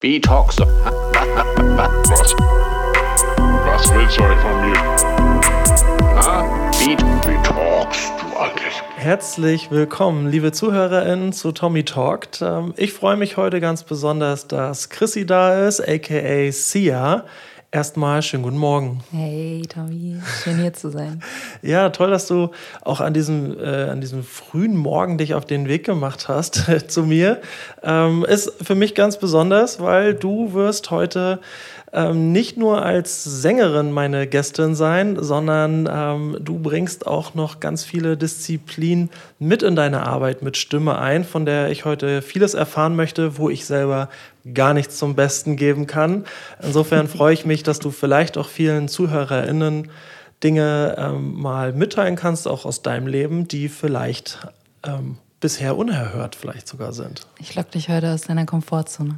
Detox. Was? Was willst du eigentlich von mir? Wie talkst du eigentlich? Herzlich willkommen, liebe ZuhörerInnen, zu Tommy Talkt. Ich freue mich heute ganz besonders, dass Chrissy da ist, aka Sia. Erstmal schönen guten Morgen. Hey Tommy, schön hier zu sein. Ja, toll, dass du auch an diesem frühen Morgen dich auf den Weg gemacht hast zu mir. Ist für mich ganz besonders, weil du wirst heute nicht nur als Sängerin meine Gästin sein, sondern du bringst auch noch ganz viele Disziplinen mit in deine Arbeit mit Stimme ein, von der ich heute vieles erfahren möchte, wo ich selber gar nichts zum Besten geben kann. Insofern freue ich mich, dass du vielleicht auch vielen ZuhörerInnen Dinge mal mitteilen kannst, auch aus deinem Leben, die vielleicht bisher unerhört vielleicht sogar sind. Ich lock dich heute aus deiner Komfortzone.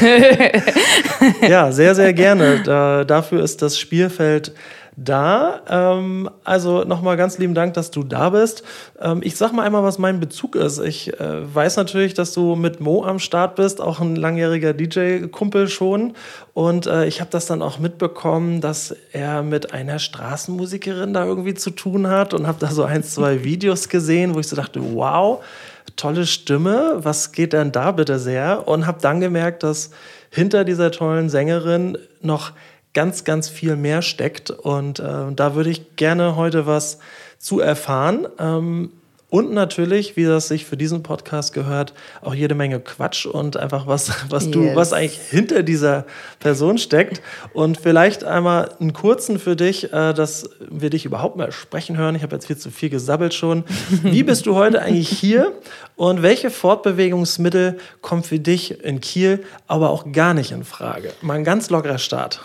Ja, sehr, sehr gerne. Dafür ist das Spielfeld da. Also nochmal ganz lieben Dank, dass du da bist. Ich sag mal einmal, was mein Bezug ist. Ich weiß natürlich, dass du mit Mo am Start bist, auch ein langjähriger DJ-Kumpel schon. Und ich habe das dann auch mitbekommen, dass er mit einer Straßenmusikerin da irgendwie zu tun hat und habe da so 1, 2 Videos gesehen, wo ich so dachte, wow, tolle Stimme, was geht denn da bitte sehr? Und habe dann gemerkt, dass hinter dieser tollen Sängerin noch ganz, ganz viel mehr steckt. Und da würde ich gerne heute was zu erfahren. Und natürlich, wie das sich für diesen Podcast gehört, auch jede Menge Quatsch und einfach was eigentlich hinter dieser Person steckt. Und vielleicht einmal einen kurzen für dich, dass wir dich überhaupt mal sprechen hören. Ich habe jetzt viel zu viel gesabbelt schon. Wie bist du heute eigentlich hier? Und welche Fortbewegungsmittel kommen für dich in Kiel aber auch gar nicht in Frage? Mal ein ganz lockerer Start.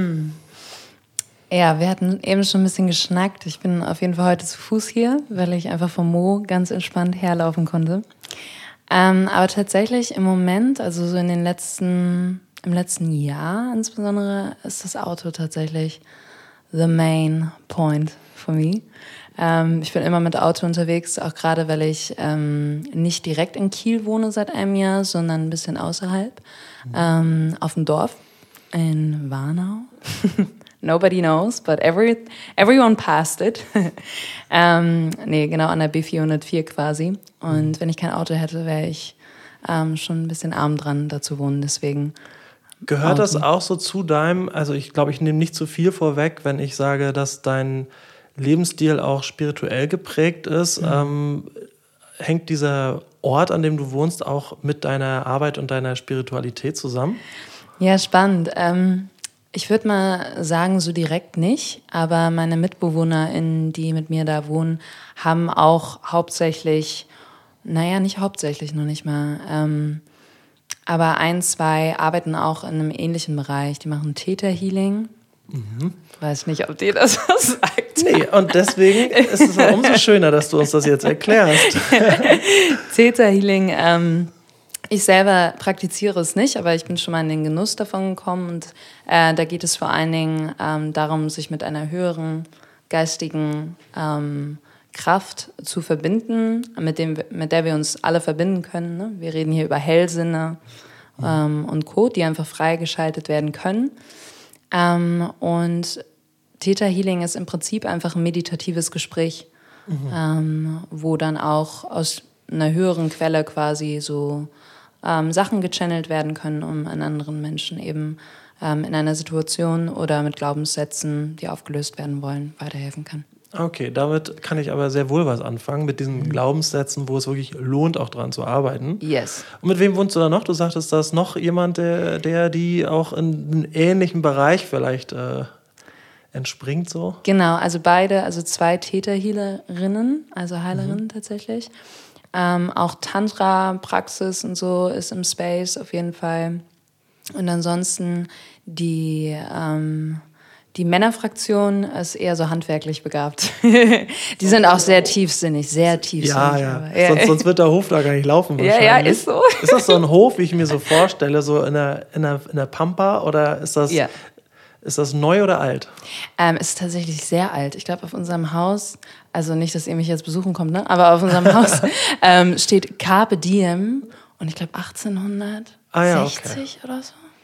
Ja, wir hatten eben schon ein bisschen geschnackt. Ich bin auf jeden Fall heute zu Fuß hier, weil ich einfach vom Mo ganz entspannt herlaufen konnte. Aber tatsächlich im Moment, also so im letzten Jahr insbesondere, ist das Auto tatsächlich the main point for me. Ich bin immer mit Auto unterwegs, auch gerade, weil ich nicht direkt in Kiel wohne seit einem Jahr, sondern ein bisschen außerhalb, auf dem Dorf in Warnau. Nobody knows, but everyone passed it. Genau, an der B404 quasi. Und wenn ich kein Auto hätte, wäre ich schon ein bisschen arm dran, da zu wohnen. Deswegen gehört Auto. Das auch so zu deinem, also ich glaube, ich nehme nicht zu viel vorweg, wenn ich sage, dass dein Lebensstil auch spirituell geprägt ist. Hängt dieser Ort, an dem du wohnst, auch mit deiner Arbeit und deiner Spiritualität zusammen? Ja, spannend. Ich würde mal sagen, so direkt nicht, aber meine MitbewohnerInnen, die mit mir da wohnen, haben auch hauptsächlich, nicht hauptsächlich, noch nicht mal, aber 1, 2 arbeiten auch in einem ähnlichen Bereich. Die machen Theta Healing. Ich weiß nicht, ob dir das was sagt. Nee, und deswegen ist es auch umso schöner, dass du uns das jetzt erklärst. Theta Healing, ich selber praktiziere es nicht, aber ich bin schon mal in den Genuss davon gekommen. Und da geht es vor allen Dingen darum, sich mit einer höheren geistigen Kraft zu verbinden, mit der wir uns alle verbinden können. Ne? Wir reden hier über Hellsinne und Co., die einfach freigeschaltet werden können. Und Theta Healing ist im Prinzip einfach ein meditatives Gespräch, wo dann auch aus einer höheren Quelle quasi so Sachen gechannelt werden können, um an anderen Menschen eben in einer Situation oder mit Glaubenssätzen, die aufgelöst werden wollen, weiterhelfen kann. Okay, damit kann ich aber sehr wohl was anfangen, mit diesen Glaubenssätzen, wo es wirklich lohnt, auch dran zu arbeiten. Yes. Und mit wem wohnst du da noch? Du sagtest, da ist noch jemand, die auch in einem ähnlichen Bereich vielleicht entspringt so? Genau, also 2 Theta-Healerinnen, also Heilerinnen tatsächlich. Auch Tantra-Praxis und so ist im Space auf jeden Fall. Und ansonsten die Männerfraktion ist eher so handwerklich begabt. Die sind auch sehr tiefsinnig. Ja. Sonst wird der Hof da gar nicht laufen wahrscheinlich. Ja, ist so. Ist das so ein Hof, wie ich mir so vorstelle, so in der Pampa, oder ist das... Ja. Ist das neu oder alt? Ist tatsächlich sehr alt. Ich glaube, auf unserem Haus, also nicht, dass ihr mich jetzt besuchen kommt, ne? Aber auf unserem Haus steht Carpe Diem und ich glaube 1860 oder so.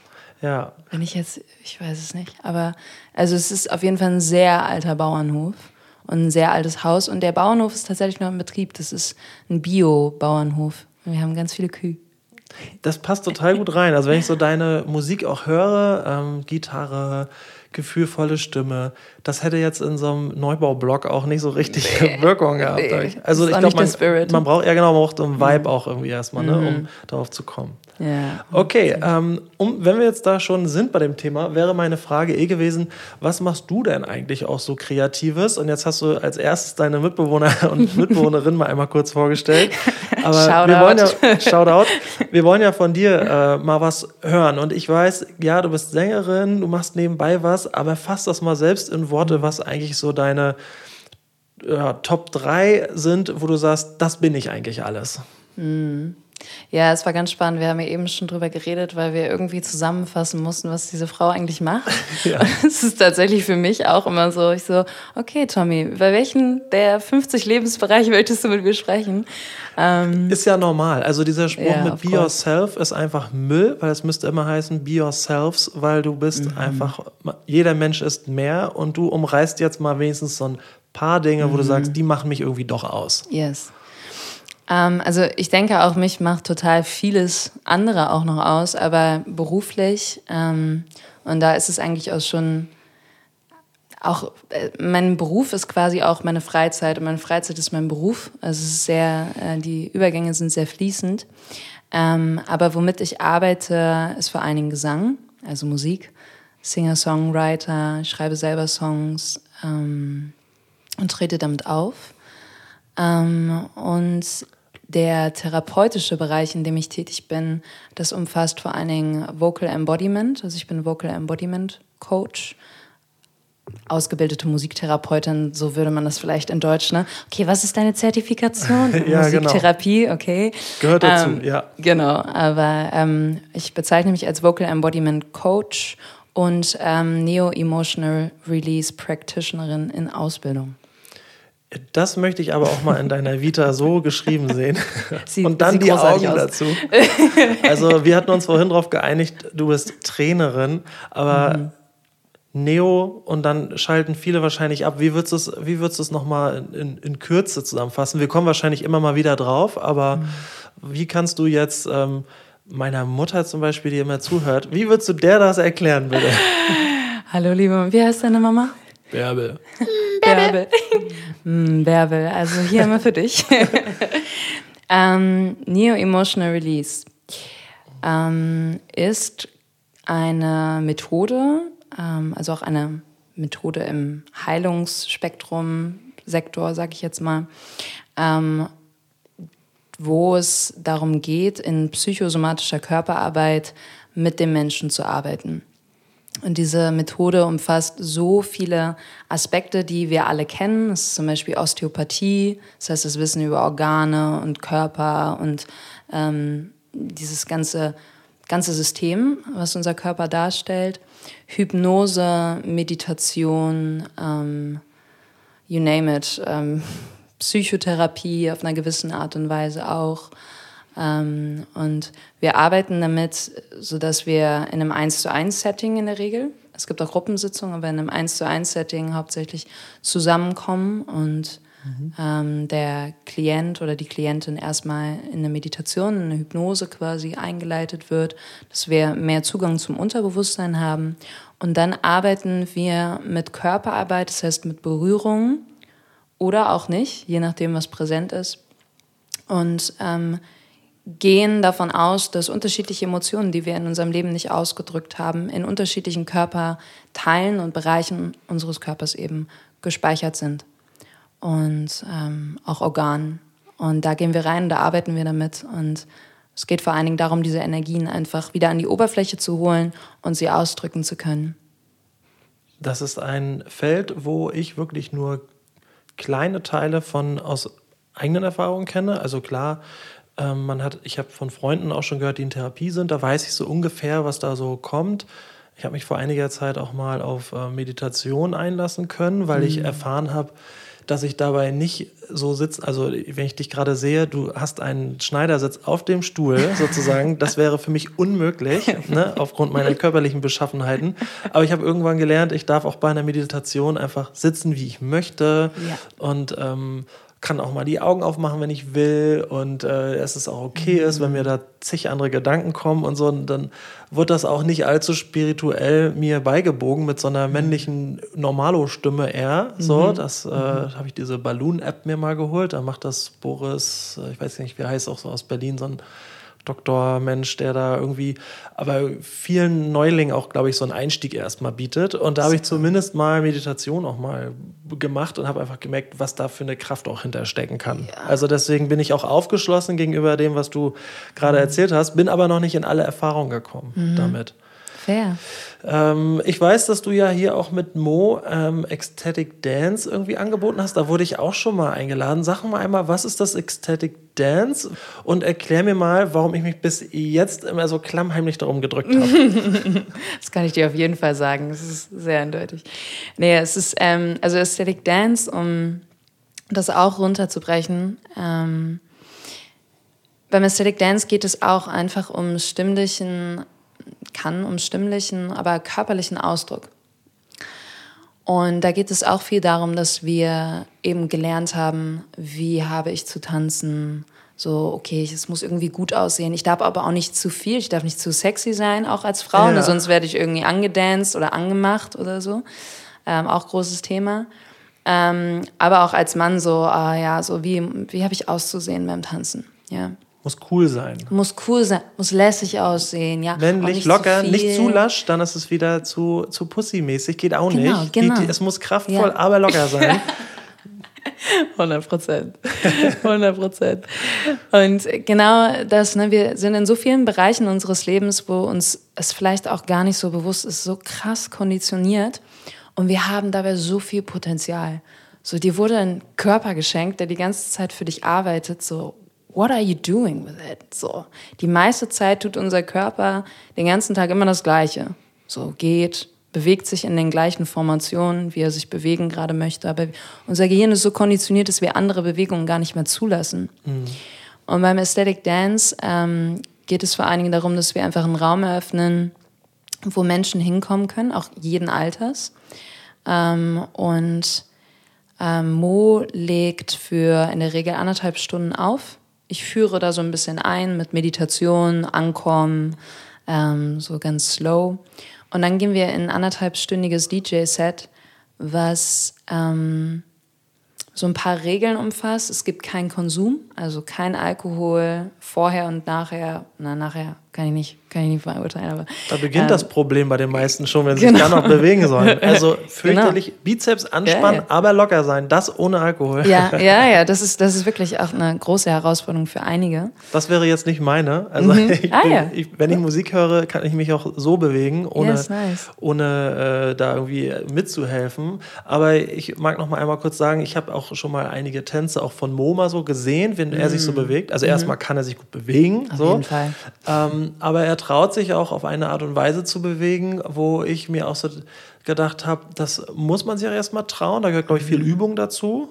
Ja. Ich weiß es nicht. Aber also es ist auf jeden Fall ein sehr alter Bauernhof und ein sehr altes Haus. Und der Bauernhof ist tatsächlich noch in Betrieb. Das ist ein Bio-Bauernhof. Und wir haben ganz viele Kühe. Das passt total gut rein. Also wenn ich so deine Musik auch höre, Gitarre, gefühlvolle Stimme, das hätte jetzt in so einem Neubaublock auch nicht so richtig Wirkung gehabt. Also ich glaube, man braucht man braucht so einen Vibe auch irgendwie erstmal, ne, um darauf zu kommen. Ja. Okay, wenn wir jetzt da schon sind bei dem Thema, wäre meine Frage gewesen, was machst du denn eigentlich auch so Kreatives? Und jetzt hast du als erstes deine Mitbewohner und Mitbewohnerin mal einmal kurz vorgestellt. Aber wir wollen ja von dir mal was hören. Und ich weiß, ja, du bist Sängerin, du machst nebenbei was, aber fass das mal selbst in Worte, was eigentlich so deine Top 3 sind, wo du sagst, das bin ich eigentlich alles. Ja, es war ganz spannend. Wir haben ja eben schon drüber geredet, weil wir irgendwie zusammenfassen mussten, was diese Frau eigentlich macht. Ja. Es ist tatsächlich für mich auch immer so, okay, Tommy, bei welchen der 50 Lebensbereiche möchtest du mit mir sprechen? Ist ja normal. Also dieser Spruch mit Be Yourself ist einfach Müll, weil es müsste immer heißen Be Yourselves, weil du bist einfach, jeder Mensch ist mehr und du umreißt jetzt mal wenigstens so ein paar Dinge, wo du sagst, die machen mich irgendwie doch aus. Yes. Also ich denke auch, mich macht total vieles andere auch noch aus, aber beruflich, und da ist es eigentlich mein Beruf ist quasi auch meine Freizeit und meine Freizeit ist mein Beruf. Also es ist die Übergänge sind sehr fließend. Aber womit ich arbeite, ist vor allen Dingen Gesang, also Musik, Singer-Songwriter, ich schreibe selber Songs und trete damit auf. Und der therapeutische Bereich, in dem ich tätig bin, das umfasst vor allen Dingen Vocal Embodiment. Also ich bin Vocal Embodiment Coach, ausgebildete Musiktherapeutin, so würde man das vielleicht in Deutsch, ne? Okay, was ist deine Zertifikation? Ja, Musiktherapie, genau. Okay. Gehört dazu, ja. Genau, aber ich bezeichne mich als Vocal Embodiment Coach und Neo-Emotional Release Practitionerin in Ausbildung. Das möchte ich aber auch mal in deiner Vita so geschrieben sehen. Und dann die Augen dazu. Also wir hatten uns vorhin darauf geeinigt, du bist Trainerin, aber Neo und dann schalten viele wahrscheinlich ab. Wie würdest du es nochmal in Kürze zusammenfassen? Wir kommen wahrscheinlich immer mal wieder drauf, aber wie kannst du jetzt meiner Mutter zum Beispiel, die immer zuhört, wie würdest du der das erklären, bitte? Hallo, liebe, wie heißt deine Mama? Bärbel. Bärbel. Bärbel, also hier immer für dich. Neo-Emotional Release ist eine Methode, also auch eine Methode im Heilungsspektrum-Sektor, sage ich jetzt mal, wo es darum geht, in psychosomatischer Körperarbeit mit dem Menschen zu arbeiten. Und diese Methode umfasst so viele Aspekte, die wir alle kennen. Das ist zum Beispiel Osteopathie, das heißt das Wissen über Organe und Körper und dieses ganze System, was unser Körper darstellt. Hypnose, Meditation, you name it, Psychotherapie auf einer gewissen Art und Weise auch. Und wir arbeiten damit, sodass wir in einem 1:1-Setting in der Regel, es gibt auch Gruppensitzungen, aber in einem 1:1-Setting hauptsächlich zusammenkommen und der Klient oder die Klientin erstmal in eine Meditation, in eine Hypnose quasi eingeleitet wird, dass wir mehr Zugang zum Unterbewusstsein haben. Und dann arbeiten wir mit Körperarbeit, das heißt mit Berührung oder auch nicht, je nachdem, was präsent ist. Und gehen davon aus, dass unterschiedliche Emotionen, die wir in unserem Leben nicht ausgedrückt haben, in unterschiedlichen Körperteilen und Bereichen unseres Körpers eben gespeichert sind. Und auch Organen. Und da gehen wir rein, da arbeiten wir damit. Und es geht vor allen Dingen darum, diese Energien einfach wieder an die Oberfläche zu holen und sie ausdrücken zu können. Das ist ein Feld, wo ich wirklich nur kleine Teile aus eigenen Erfahrungen kenne. Also klar, ich habe von Freunden auch schon gehört, die in Therapie sind, da weiß ich so ungefähr, was da so kommt. Ich habe mich vor einiger Zeit auch mal auf Meditation einlassen können, weil ich erfahren habe, dass ich dabei nicht so sitze, also wenn ich dich gerade sehe, du hast einen Schneidersitz auf dem Stuhl sozusagen, das wäre für mich unmöglich, ne, aufgrund meiner körperlichen Beschaffenheiten. Aber ich habe irgendwann gelernt, ich darf auch bei einer Meditation einfach sitzen, wie ich möchte und kann auch mal die Augen aufmachen, wenn ich will und es ist auch okay ist, wenn mir da zig andere Gedanken kommen und so, und dann wird das auch nicht allzu spirituell mir beigebogen mit so einer männlichen Normalo-Stimme eher. So, das habe ich diese Balloon-App mir mal geholt, da macht das Boris, ich weiß nicht, wie heißt, auch so aus Berlin, so ein Doktormensch, der da irgendwie, aber vielen Neulingen auch, glaube ich, so einen Einstieg erstmal bietet. Und da habe ich zumindest mal Meditation auch mal gemacht und habe einfach gemerkt, was da für eine Kraft auch hinterstecken kann. Ja. Also deswegen bin ich auch aufgeschlossen gegenüber dem, was du gerade erzählt hast, bin aber noch nicht in alle Erfahrungen gekommen damit. Fair. Ich weiß, dass du ja hier auch mit Mo Ecstatic Dance irgendwie angeboten hast. Da wurde ich auch schon mal eingeladen. Sag mal einmal, was ist das Ecstatic Dance? Und erklär mir mal, warum ich mich bis jetzt immer so klammheimlich darum gedrückt habe. Das kann ich dir auf jeden Fall sagen. Das ist sehr eindeutig. Nee, es ist, also Ecstatic Dance, um das auch runterzubrechen. Beim Ecstatic Dance geht es auch einfach um stimmlichen, aber körperlichen Ausdruck. Und da geht es auch viel darum, dass wir eben gelernt haben, wie habe ich zu tanzen. So, okay, es muss irgendwie gut aussehen. Ich darf aber auch nicht zu viel, ich darf nicht zu sexy sein, auch als Frau, ne? Sonst werde ich irgendwie angedanced oder angemacht oder so. Auch großes Thema. Aber auch als Mann so, so wie habe ich auszusehen beim Tanzen, ja. Muss cool sein. Muss cool sein, muss lässig aussehen, ja. Männlich, nicht locker, nicht zu lasch, dann ist es wieder zu Pussy-mäßig. Geht auch nicht. Genau. Es muss kraftvoll, aber locker sein. 100%. 100%. Und genau das, ne, wir sind in so vielen Bereichen unseres Lebens, wo uns es vielleicht auch gar nicht so bewusst ist, so krass konditioniert. Und wir haben dabei so viel Potenzial. So, dir wurde ein Körper geschenkt, der die ganze Zeit für dich arbeitet, so, what are you doing with it? So, die meiste Zeit tut unser Körper den ganzen Tag immer das Gleiche. So, bewegt sich in den gleichen Formationen, wie er sich bewegen gerade möchte. Aber unser Gehirn ist so konditioniert, dass wir andere Bewegungen gar nicht mehr zulassen. Und beim Ecstatic Dance geht es vor allen Dingen darum, dass wir einfach einen Raum eröffnen, wo Menschen hinkommen können, auch jeden Alters. Mo legt für in der Regel 1,5 Stunden auf. Ich führe da so ein bisschen ein mit Meditation, Ankommen, so ganz slow. Und dann gehen wir in ein 1,5-stündiges DJ-Set, was so ein paar Regeln umfasst. Es gibt keinen Konsum, also kein Alkohol, vorher und nachher. Nachher kann ich nicht beurteilen. Aber, da beginnt das Problem bei den meisten schon, wenn sie sich dann noch bewegen sollen. Also fürchterlich Bizeps anspannen, aber locker sein. Das ohne Alkohol. Ja, das ist wirklich auch eine große Herausforderung für einige. Das wäre jetzt nicht meine. Also wenn ich Musik höre, kann ich mich auch so bewegen, ohne da irgendwie mitzuhelfen. Aber ich mag noch mal einmal kurz sagen, ich habe auch schon mal einige Tänze auch von Mo mal so gesehen, wenn er sich so bewegt. Also erstmal kann er sich gut bewegen. Auf jeden Fall. Aber er traut sich auch auf eine Art und Weise zu bewegen, wo ich mir auch so gedacht habe, das muss man sich auch erstmal trauen. Da gehört, glaube ich, viel Übung dazu.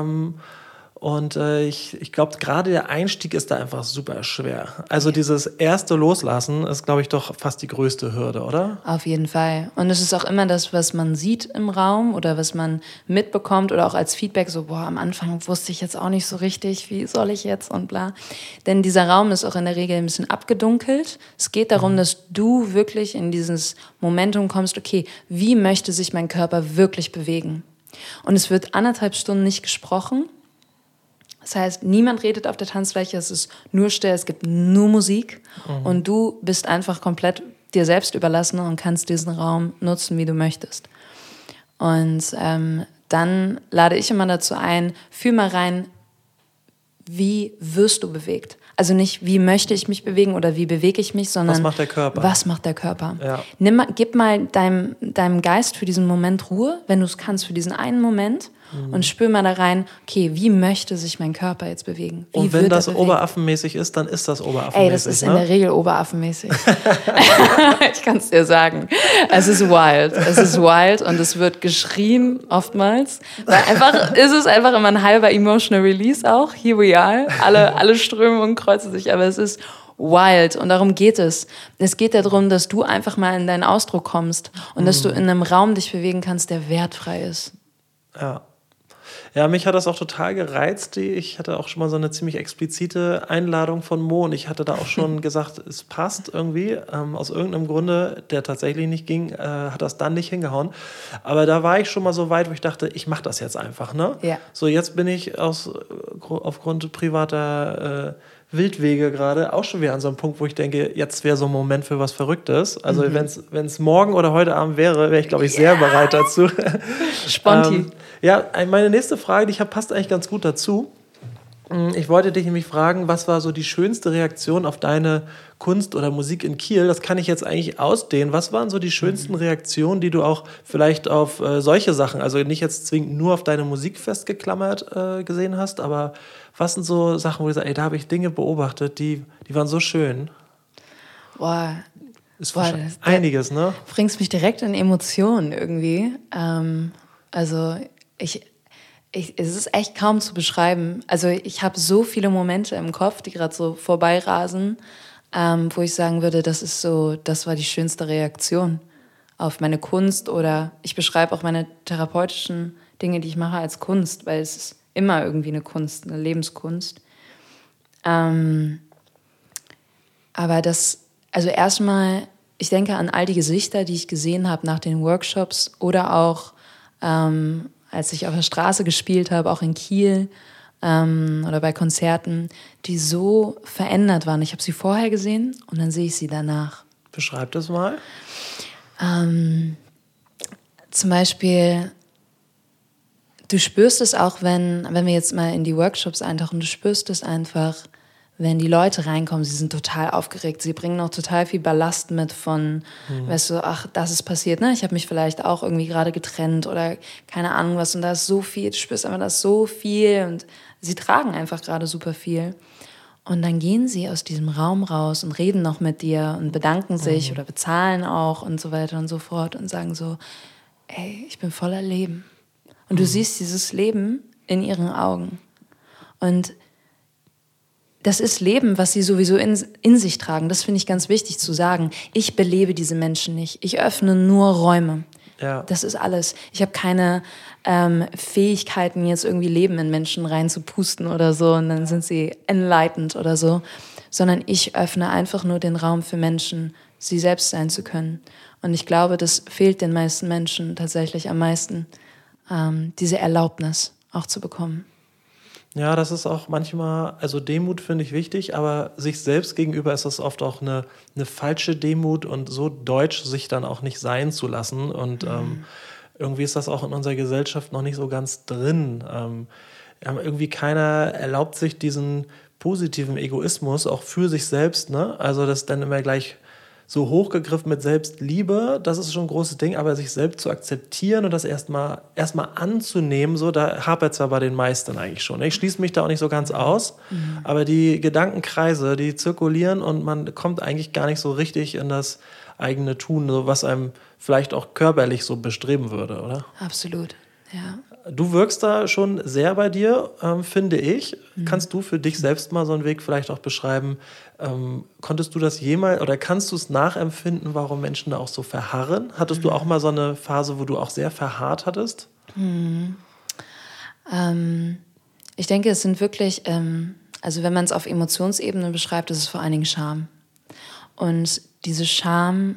Und ich glaube, gerade der Einstieg ist da einfach super schwer. Also dieses erste Loslassen ist, glaube ich, doch fast die größte Hürde, oder? Auf jeden Fall. Und es ist auch immer das, was man sieht im Raum oder was man mitbekommt oder auch als Feedback so, am Anfang wusste ich jetzt auch nicht so richtig, wie soll ich jetzt und bla. Denn dieser Raum ist auch in der Regel ein bisschen abgedunkelt. Es geht darum, dass du wirklich in dieses Momentum kommst, okay, wie möchte sich mein Körper wirklich bewegen? Und es wird 1,5 Stunden nicht gesprochen. Das heißt, niemand redet auf der Tanzfläche, es ist nur still, es gibt nur Musik und du bist einfach komplett dir selbst überlassen und kannst diesen Raum nutzen, wie du möchtest. Und dann lade ich immer dazu ein, fühl mal rein, wie wirst du bewegt? Also nicht, wie möchte ich mich bewegen oder wie bewege ich mich, sondern was macht der Körper? Was macht der Körper? Ja. Gib mal deinem Geist für diesen Moment Ruhe, wenn du es kannst, für diesen einen Moment. und spür mal da rein, okay, wie möchte sich mein Körper jetzt bewegen? Wie und wenn wird das er bewegen? oberaffenmäßig ist, dann ist das oberaffenmäßig. Ey, das ist in der Regel oberaffenmäßig. Ich kann es dir sagen. Es ist wild und es wird geschrien oftmals. Weil es ist einfach immer ein halber Emotional Release auch. Here we are. Alle Strömungen kreuzen sich, aber es ist wild und darum geht es. Es geht darum, dass du einfach mal in deinen Ausdruck kommst und dass du in einem Raum dich bewegen kannst, der wertfrei ist. Ja. Ja, mich hat das auch total gereizt. Ich hatte auch schon mal so eine ziemlich explizite Einladung von Mo und ich hatte da auch schon gesagt, es passt irgendwie. Aus irgendeinem Grunde, der tatsächlich nicht ging, hat das dann nicht hingehauen. Aber da war ich schon mal so weit, wo ich dachte, ich mache das jetzt einfach. Ne? Ja. So, jetzt bin ich aufgrund privater Wildwege gerade auch schon wieder an so einem Punkt, wo ich denke, jetzt wäre so ein Moment für was Verrücktes. Also wenn es morgen oder heute Abend wäre ich, glaube ich, sehr bereit dazu. Sponti. Ja, meine nächste Frage, die passt eigentlich ganz gut dazu. Ich wollte dich nämlich fragen, was war so die schönste Reaktion auf deine Kunst oder Musik in Kiel? Das kann ich jetzt eigentlich ausdehnen. Was waren so die schönsten Reaktionen, die du auch vielleicht auf solche Sachen, also nicht jetzt zwingend nur auf deine Musik festgeklammert gesehen hast, aber was sind so Sachen, wo du sagst, ey, da habe ich Dinge beobachtet, die waren so schön? Boah. Ist einiges, ne? Bringst mich direkt in Emotionen irgendwie. Also es ist echt kaum zu beschreiben. Also ich habe so viele Momente im Kopf, die gerade so vorbeirasen, wo ich sagen würde, das war die schönste Reaktion auf meine Kunst oder ich beschreibe auch meine therapeutischen Dinge, die ich mache als Kunst, weil es ist immer irgendwie eine Kunst, eine Lebenskunst. Aber also erstmal, ich denke an all die Gesichter, die ich gesehen habe nach den Workshops oder auch als ich auf der Straße gespielt habe, auch in Kiel oder bei Konzerten, die so verändert waren. Ich habe sie vorher gesehen und dann sehe ich sie danach. Beschreib das mal. Zum Beispiel, du spürst es auch, wenn wir jetzt mal in die Workshops eintauchen, du spürst es einfach, wenn die Leute reinkommen, sie sind total aufgeregt, sie bringen noch total viel Ballast mit von, weißt du, ach, das ist passiert, ne? Ich habe mich vielleicht auch irgendwie gerade getrennt oder keine Ahnung was und da ist so viel, du spürst einfach, da ist so viel und sie tragen einfach gerade super viel. Und dann gehen sie aus diesem Raum raus und reden noch mit dir und bedanken sich oder bezahlen auch und so weiter und so fort und sagen so, ey, ich bin voller Leben. Und du siehst dieses Leben in ihren Augen. Und das ist Leben, was sie sowieso in sich tragen. Das finde ich ganz wichtig zu sagen. Ich belebe diese Menschen nicht. Ich öffne nur Räume. Ja. Das ist alles. Ich habe keine Fähigkeiten, jetzt irgendwie Leben in Menschen reinzupusten oder so und dann sind sie enlightened oder so. Sondern ich öffne einfach nur den Raum für Menschen, sie selbst sein zu können. Und ich glaube, das fehlt den meisten Menschen tatsächlich am meisten, diese Erlaubnis auch zu bekommen. Ja, das ist auch manchmal, also Demut finde ich wichtig, aber sich selbst gegenüber ist das oft auch eine falsche Demut und so deutsch sich dann auch nicht sein zu lassen. Und irgendwie ist das auch in unserer Gesellschaft noch nicht so ganz drin. Irgendwie keiner erlaubt sich diesen positiven Egoismus auch für sich selbst, ne? Also das ist dann immer gleich so hochgegriffen mit Selbstliebe, das ist schon ein großes Ding, aber sich selbst zu akzeptieren und das erstmal anzunehmen, so, da hapert es ja bei den meisten eigentlich schon. Ich schließe mich da auch nicht so ganz aus, aber die Gedankenkreise, die zirkulieren und man kommt eigentlich gar nicht so richtig in das eigene Tun, so was einem vielleicht auch körperlich so bestreben würde, oder? Absolut, ja. Du wirkst da schon sehr bei dir, finde ich. Kannst du für dich selbst mal so einen Weg vielleicht auch beschreiben? Konntest du das jemals oder kannst du es nachempfinden, warum Menschen da auch so verharren? Hattest du auch mal so eine Phase, wo du auch sehr verharrt hattest? Ich denke, es sind wirklich, also wenn man es auf Emotionsebene beschreibt, ist es vor allen Dingen Scham. Und diese Scham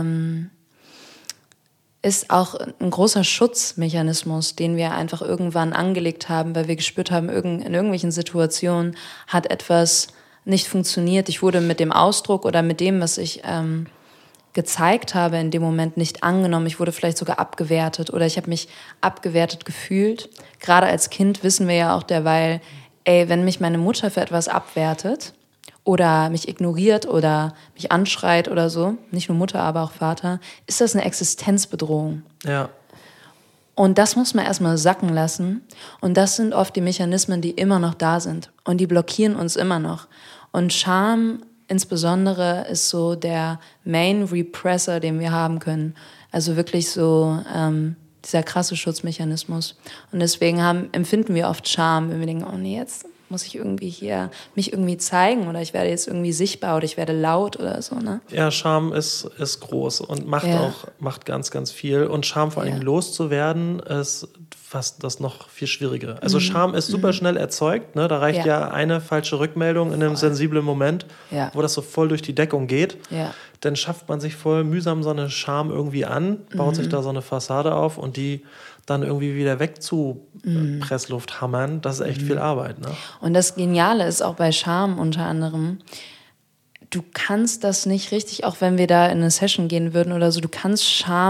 ist auch ein großer Schutzmechanismus, den wir einfach irgendwann angelegt haben, weil wir gespürt haben, in irgendwelchen Situationen hat etwas nicht funktioniert. Ich wurde mit dem Ausdruck oder mit dem, was ich gezeigt habe, in dem Moment nicht angenommen. Ich wurde vielleicht sogar abgewertet oder ich habe mich abgewertet gefühlt. Gerade als Kind wissen wir ja auch derweil, wenn mich meine Mutter für etwas abwertet oder mich ignoriert oder mich anschreit oder so, nicht nur Mutter, aber auch Vater, ist das eine Existenzbedrohung. Ja. Und das muss man erstmal sacken lassen. Und das sind oft die Mechanismen, die immer noch da sind. Und die blockieren uns immer noch. Und Scham insbesondere ist so der Main Repressor, den wir haben können. Also wirklich so dieser krasse Schutzmechanismus. Und deswegen empfinden wir oft Scham, wenn wir denken, oh nee, jetzt muss ich irgendwie hier mich irgendwie zeigen oder ich werde jetzt irgendwie sichtbar oder ich werde laut oder so, ne? Ja, Scham ist groß und macht ganz, ganz viel. Und Scham vor allem loszuwerden ist fast das noch viel schwierigere. Also Scham ist super schnell erzeugt, ne? Da reicht ja eine falsche Rückmeldung in einem sensiblen Moment, wo das so voll durch die Deckung geht. Ja. Dann schafft man sich voll mühsam so eine Scham irgendwie an, baut sich da so eine Fassade auf und die dann irgendwie wieder weg zu Pressluft hammern, das ist echt viel Arbeit. Ne? Und das Geniale ist auch bei Scham unter anderem, du kannst das nicht richtig, auch wenn wir da in eine Session gehen würden oder so, du kannst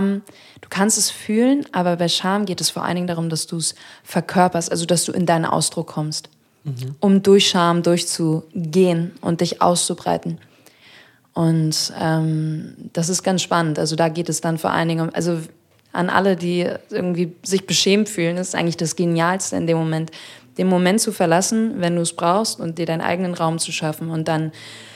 es fühlen, aber bei Scham geht es vor allen Dingen darum, dass du es verkörperst, also dass du in deinen Ausdruck kommst, um durch Scham durchzugehen und dich auszubreiten. Und das ist ganz spannend, also da geht es dann vor allen Dingen also an alle, die irgendwie sich beschämt fühlen, ist eigentlich das Genialste in dem Moment, den Moment zu verlassen, wenn du es brauchst und dir deinen eigenen Raum zu schaffen und dann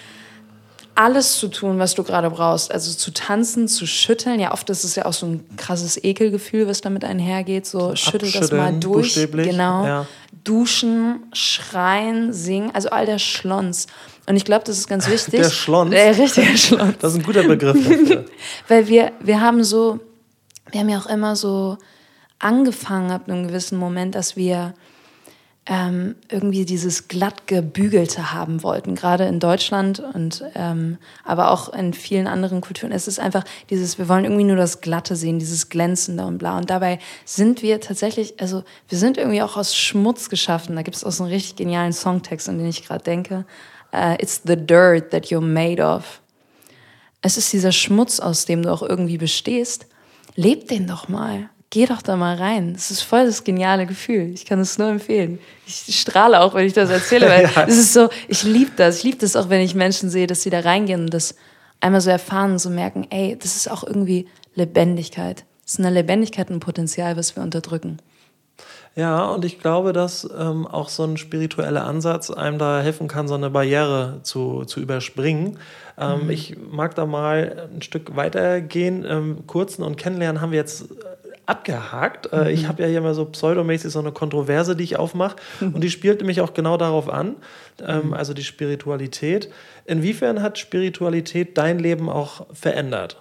alles zu tun, was du gerade brauchst. Also zu tanzen, zu schütteln. Ja, oft ist es ja auch so ein krasses Ekelgefühl, was damit einhergeht. So schüttel das mal durch. Genau. Ja. Duschen, schreien, singen. Also all der Schlons. Und ich glaube, das ist ganz wichtig. Der Schlons? Der richtige Schlons. Das ist ein guter Begriff dafür. Weil wir haben ja auch immer so angefangen ab einem gewissen Moment, dass wir irgendwie dieses glatt gebügelte haben wollten, gerade in Deutschland und aber auch in vielen anderen Kulturen. Es ist einfach wir wollen irgendwie nur das Glatte sehen, dieses Glänzende und bla. Und dabei sind wir tatsächlich, also wir sind irgendwie auch aus Schmutz geschaffen. Da gibt es auch so einen richtig genialen Songtext, an den ich gerade denke. It's the dirt that you're made of. Es ist dieser Schmutz, aus dem du auch irgendwie bestehst. Leb den doch mal. Geh doch da mal rein. Das ist voll das geniale Gefühl. Ich kann es nur empfehlen. Ich strahle auch, wenn ich das erzähle, weil es ist so, ich liebe das. Ich liebe das auch, wenn ich Menschen sehe, dass sie da reingehen und das einmal so erfahren und so merken, ey, das ist auch irgendwie Lebendigkeit. Das ist eine Lebendigkeit und ein Potenzial, was wir unterdrücken. Ja, und ich glaube, dass auch so ein spiritueller Ansatz einem da helfen kann, so eine Barriere zu überspringen. Ich mag da mal ein Stück weitergehen. Kurzen und Kennenlernen haben wir jetzt abgehakt. Ich habe ja hier mal so pseudomäßig so eine Kontroverse, die ich aufmache. Und die spielt nämlich auch genau darauf an, also die Spiritualität. Inwiefern hat Spiritualität dein Leben auch verändert?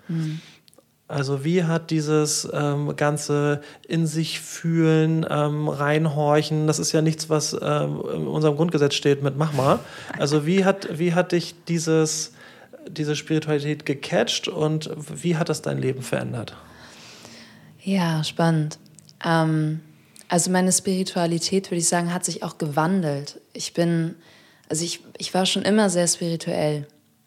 Also wie hat dieses ganze in sich fühlen, reinhorchen, das ist ja nichts, was in unserem Grundgesetz steht mit mach mal. Also wie hat dich diese Spiritualität gecatcht und wie hat das dein Leben verändert? Ja, spannend. Also meine Spiritualität, würde ich sagen, hat sich auch gewandelt. Ich war schon immer sehr spirituell.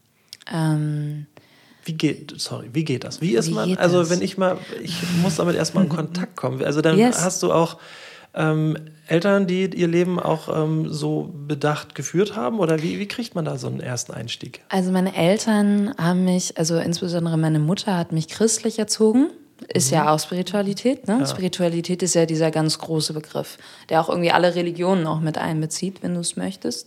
Wie geht das? Wie ist man? Also ich muss damit erstmal in Kontakt kommen. Also dann hast du auch Eltern, die ihr Leben auch so bedacht geführt haben? Oder wie kriegt man da so einen ersten Einstieg? Also meine Eltern haben mich, also insbesondere meine Mutter hat mich christlich erzogen. Ist ja auch Spiritualität, ne? Ja. Spiritualität ist ja dieser ganz große Begriff, der auch irgendwie alle Religionen auch mit einbezieht, wenn du es möchtest.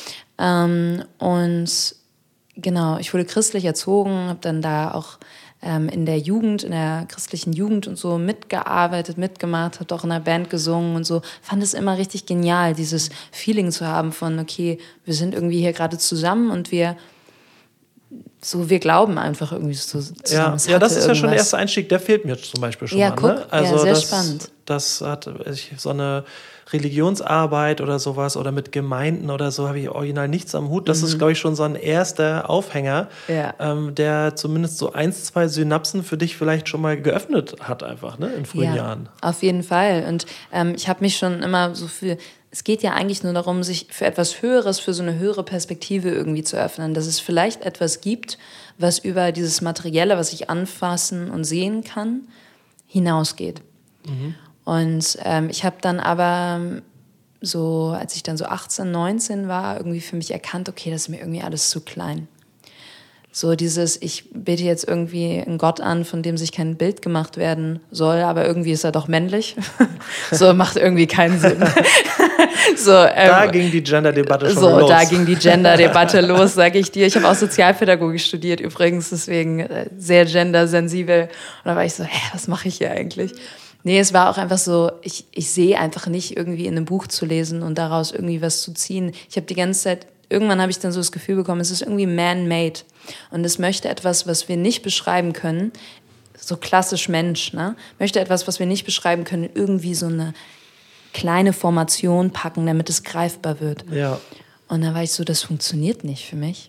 Und genau, ich wurde christlich erzogen, habe dann da auch in der christlichen Jugend und so mitgearbeitet, mitgemacht, habe auch in einer Band gesungen und so. Fand es immer richtig genial, dieses Feeling zu haben von, okay, wir sind irgendwie hier gerade zusammen und wir glauben einfach irgendwie zusammen. Ja, das ist ja schon der erste Einstieg, der fehlt mir zum Beispiel schon mal. Ne? Also sehr spannend. Das hat so eine Religionsarbeit oder sowas oder mit Gemeinden oder so habe ich original nichts am Hut. Das ist, glaube ich, schon so ein erster Aufhänger, der zumindest so 1, 2 Synapsen für dich vielleicht schon mal geöffnet hat einfach, ne, in frühen Jahren. Auf jeden Fall. Und ich habe mich schon immer so viel... Es geht ja eigentlich nur darum, sich für etwas Höheres, für so eine höhere Perspektive irgendwie zu öffnen. Dass es vielleicht etwas gibt, was über dieses Materielle, was ich anfassen und sehen kann, hinausgeht. Und ich habe dann aber so, als ich dann so 18, 19 war, irgendwie für mich erkannt, okay, das ist mir irgendwie alles zu klein. So dieses, ich bete jetzt irgendwie einen Gott an, von dem sich kein Bild gemacht werden soll, aber irgendwie ist er doch männlich. So, macht irgendwie keinen Sinn. So, da ging die Gender-Debatte schon los. So, da ging die Gender-Debatte los, sage ich dir. Ich habe auch Sozialpädagogik studiert übrigens, deswegen sehr gendersensibel. Und da war ich so, was mache ich hier eigentlich? Nee, es war auch einfach so, ich sehe einfach nicht irgendwie in einem Buch zu lesen und daraus irgendwie was zu ziehen. Ich habe die ganze Zeit, irgendwann habe ich dann so das Gefühl bekommen, es ist irgendwie man-made. Und es möchte etwas, was wir nicht beschreiben können, so klassisch Mensch, ne? Möchte etwas, was wir nicht beschreiben können, irgendwie so eine kleine Formation packen, damit es greifbar wird. Ja. Und da war ich so, das funktioniert nicht für mich.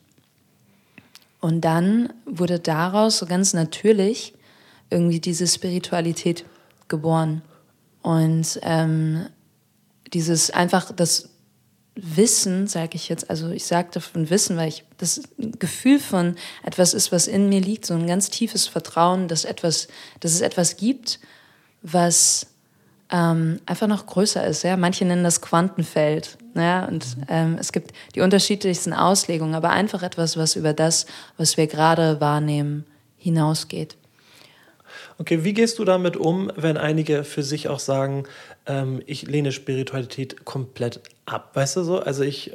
Und dann wurde daraus so ganz natürlich irgendwie diese Spiritualität geboren. Und dieses einfach das Wissen, sage ich jetzt, also ich sage davon Wissen, weil das ein Gefühl von etwas ist, was in mir liegt, so ein ganz tiefes Vertrauen, dass es etwas gibt, was einfach noch größer ist. Ja? Manche nennen das Quantenfeld. Ja? Und es gibt die unterschiedlichsten Auslegungen, aber einfach etwas, was über das, was wir gerade wahrnehmen, hinausgeht. Okay, wie gehst du damit um, wenn einige für sich auch sagen, ich lehne Spiritualität komplett ab, weißt du so? Also ich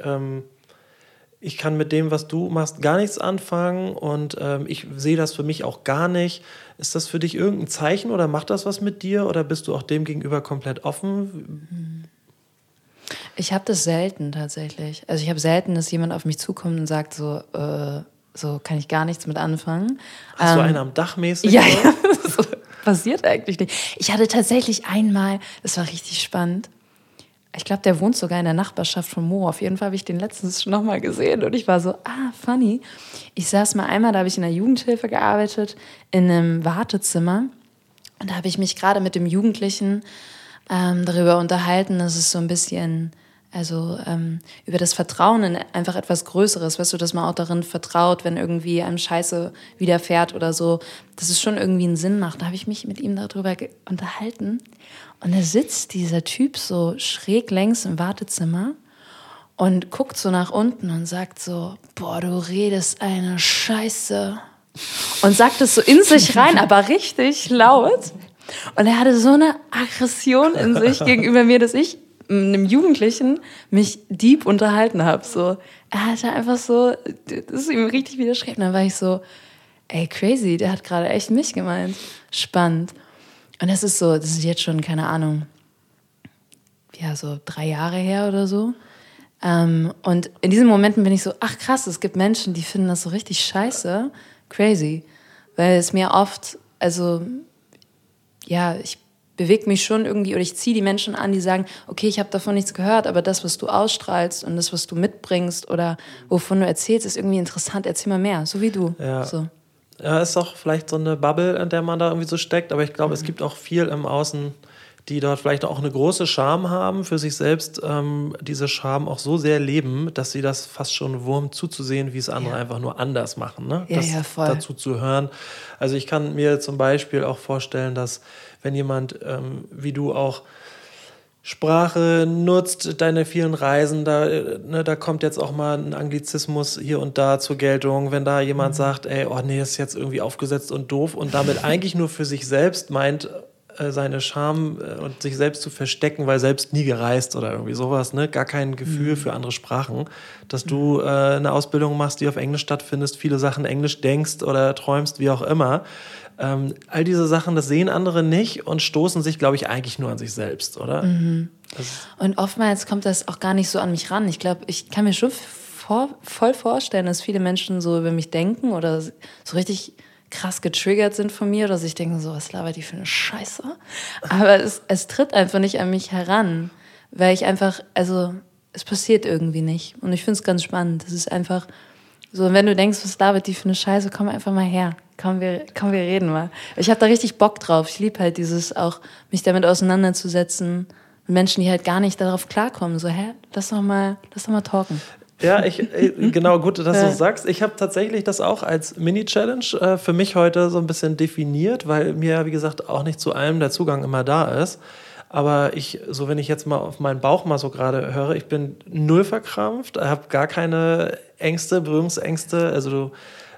kann mit dem, was du machst, gar nichts anfangen und ich sehe das für mich auch gar nicht. Ist das für dich irgendein Zeichen oder macht das was mit dir oder bist du auch dem gegenüber komplett offen? Ich habe das selten tatsächlich. Also ich habe selten, dass jemand auf mich zukommt und sagt so kann ich gar nichts mit anfangen. Hast du einen am Dach mäßig? Ja, so passiert eigentlich nicht. Ich hatte tatsächlich einmal, das war richtig spannend, ich glaube, der wohnt sogar in der Nachbarschaft von Mo. Auf jeden Fall habe ich den letztens schon nochmal gesehen und ich war so, funny. Ich saß mal einmal, da habe ich in der Jugendhilfe gearbeitet, in einem Wartezimmer und da habe ich mich gerade mit dem Jugendlichen darüber unterhalten, dass es so ein bisschen, über das Vertrauen in einfach etwas Größeres, weißt du, dass man auch darin vertraut, wenn irgendwie einem Scheiße widerfährt oder so, dass es schon irgendwie einen Sinn macht. Da habe ich mich mit ihm darüber unterhalten und da sitzt dieser Typ so schräg längs im Wartezimmer und guckt so nach unten und sagt so, boah, du redest eine Scheiße. Und sagt es so in sich rein, aber richtig laut. Und er hatte so eine Aggression in sich gegenüber mir, dass ich einem Jugendlichen mich deep unterhalten habe. So, er hatte einfach so, das ist ihm richtig widerschrieben. Dann war ich so, ey, crazy, der hat gerade echt mich gemeint. Spannend. Und das ist jetzt schon, keine Ahnung, ja, so 3 Jahre her oder so. Und in diesen Momenten bin ich so, ach krass, es gibt Menschen, die finden das so richtig scheiße. Crazy. Weil es mir oft, ich bewege mich schon irgendwie oder ich ziehe die Menschen an, die sagen, okay, ich habe davon nichts gehört, aber das, was du ausstrahlst und das, was du mitbringst oder wovon du erzählst, ist irgendwie interessant. Erzähl mal mehr, so wie du. Ja. So. Ja, ist auch vielleicht so eine Bubble, in der man da irgendwie so steckt, aber ich glaube, es gibt auch viel im Außen, die dort vielleicht auch eine große Scham haben, für sich selbst diese Scham auch so sehr leben, dass sie das fast schon wurmt zuzusehen, wie es andere einfach nur anders machen. Ne? Ja, das ja, voll. Dazu zu hören. Also ich kann mir zum Beispiel auch vorstellen, dass wenn jemand, wie du auch Sprache nutzt, deine vielen Reisen, da kommt jetzt auch mal ein Anglizismus hier und da zur Geltung, wenn da jemand sagt, ey, oh nee, das ist jetzt irgendwie aufgesetzt und doof und damit eigentlich nur für sich selbst meint, seine Scham und sich selbst zu verstecken, weil selbst nie gereist oder irgendwie sowas, ne? Gar kein Gefühl für andere Sprachen, dass du eine Ausbildung machst, die auf Englisch stattfindet, viele Sachen Englisch denkst oder träumst, wie auch immer. All diese Sachen, das sehen andere nicht und stoßen sich, glaube ich, eigentlich nur an sich selbst, oder? Mhm. Und oftmals kommt das auch gar nicht so an mich ran. Ich glaube, ich kann mir schon voll vorstellen, dass viele Menschen so über mich denken oder so richtig krass getriggert sind von mir oder sich denken so, was labert die für eine Scheiße? Aber es tritt einfach nicht an mich heran, weil ich einfach, es passiert irgendwie nicht. Und ich finde es ganz spannend. Es ist einfach so, wenn du denkst, was labert die für eine Scheiße, komm einfach mal her. Komm, wir reden mal. Ich habe da richtig Bock drauf. Ich liebe halt dieses auch, mich damit auseinanderzusetzen mit Menschen, die halt gar nicht darauf klarkommen. So, lass doch mal talken. Ja, genau, gut, dass du sagst. Ich habe tatsächlich das auch als Mini-Challenge für mich heute so ein bisschen definiert, weil mir, wie gesagt, auch nicht zu allem der Zugang immer da ist. Aber wenn ich jetzt mal auf meinen Bauch mal so gerade höre, ich bin null verkrampft, habe gar keine Ängste, Berührungsängste. Also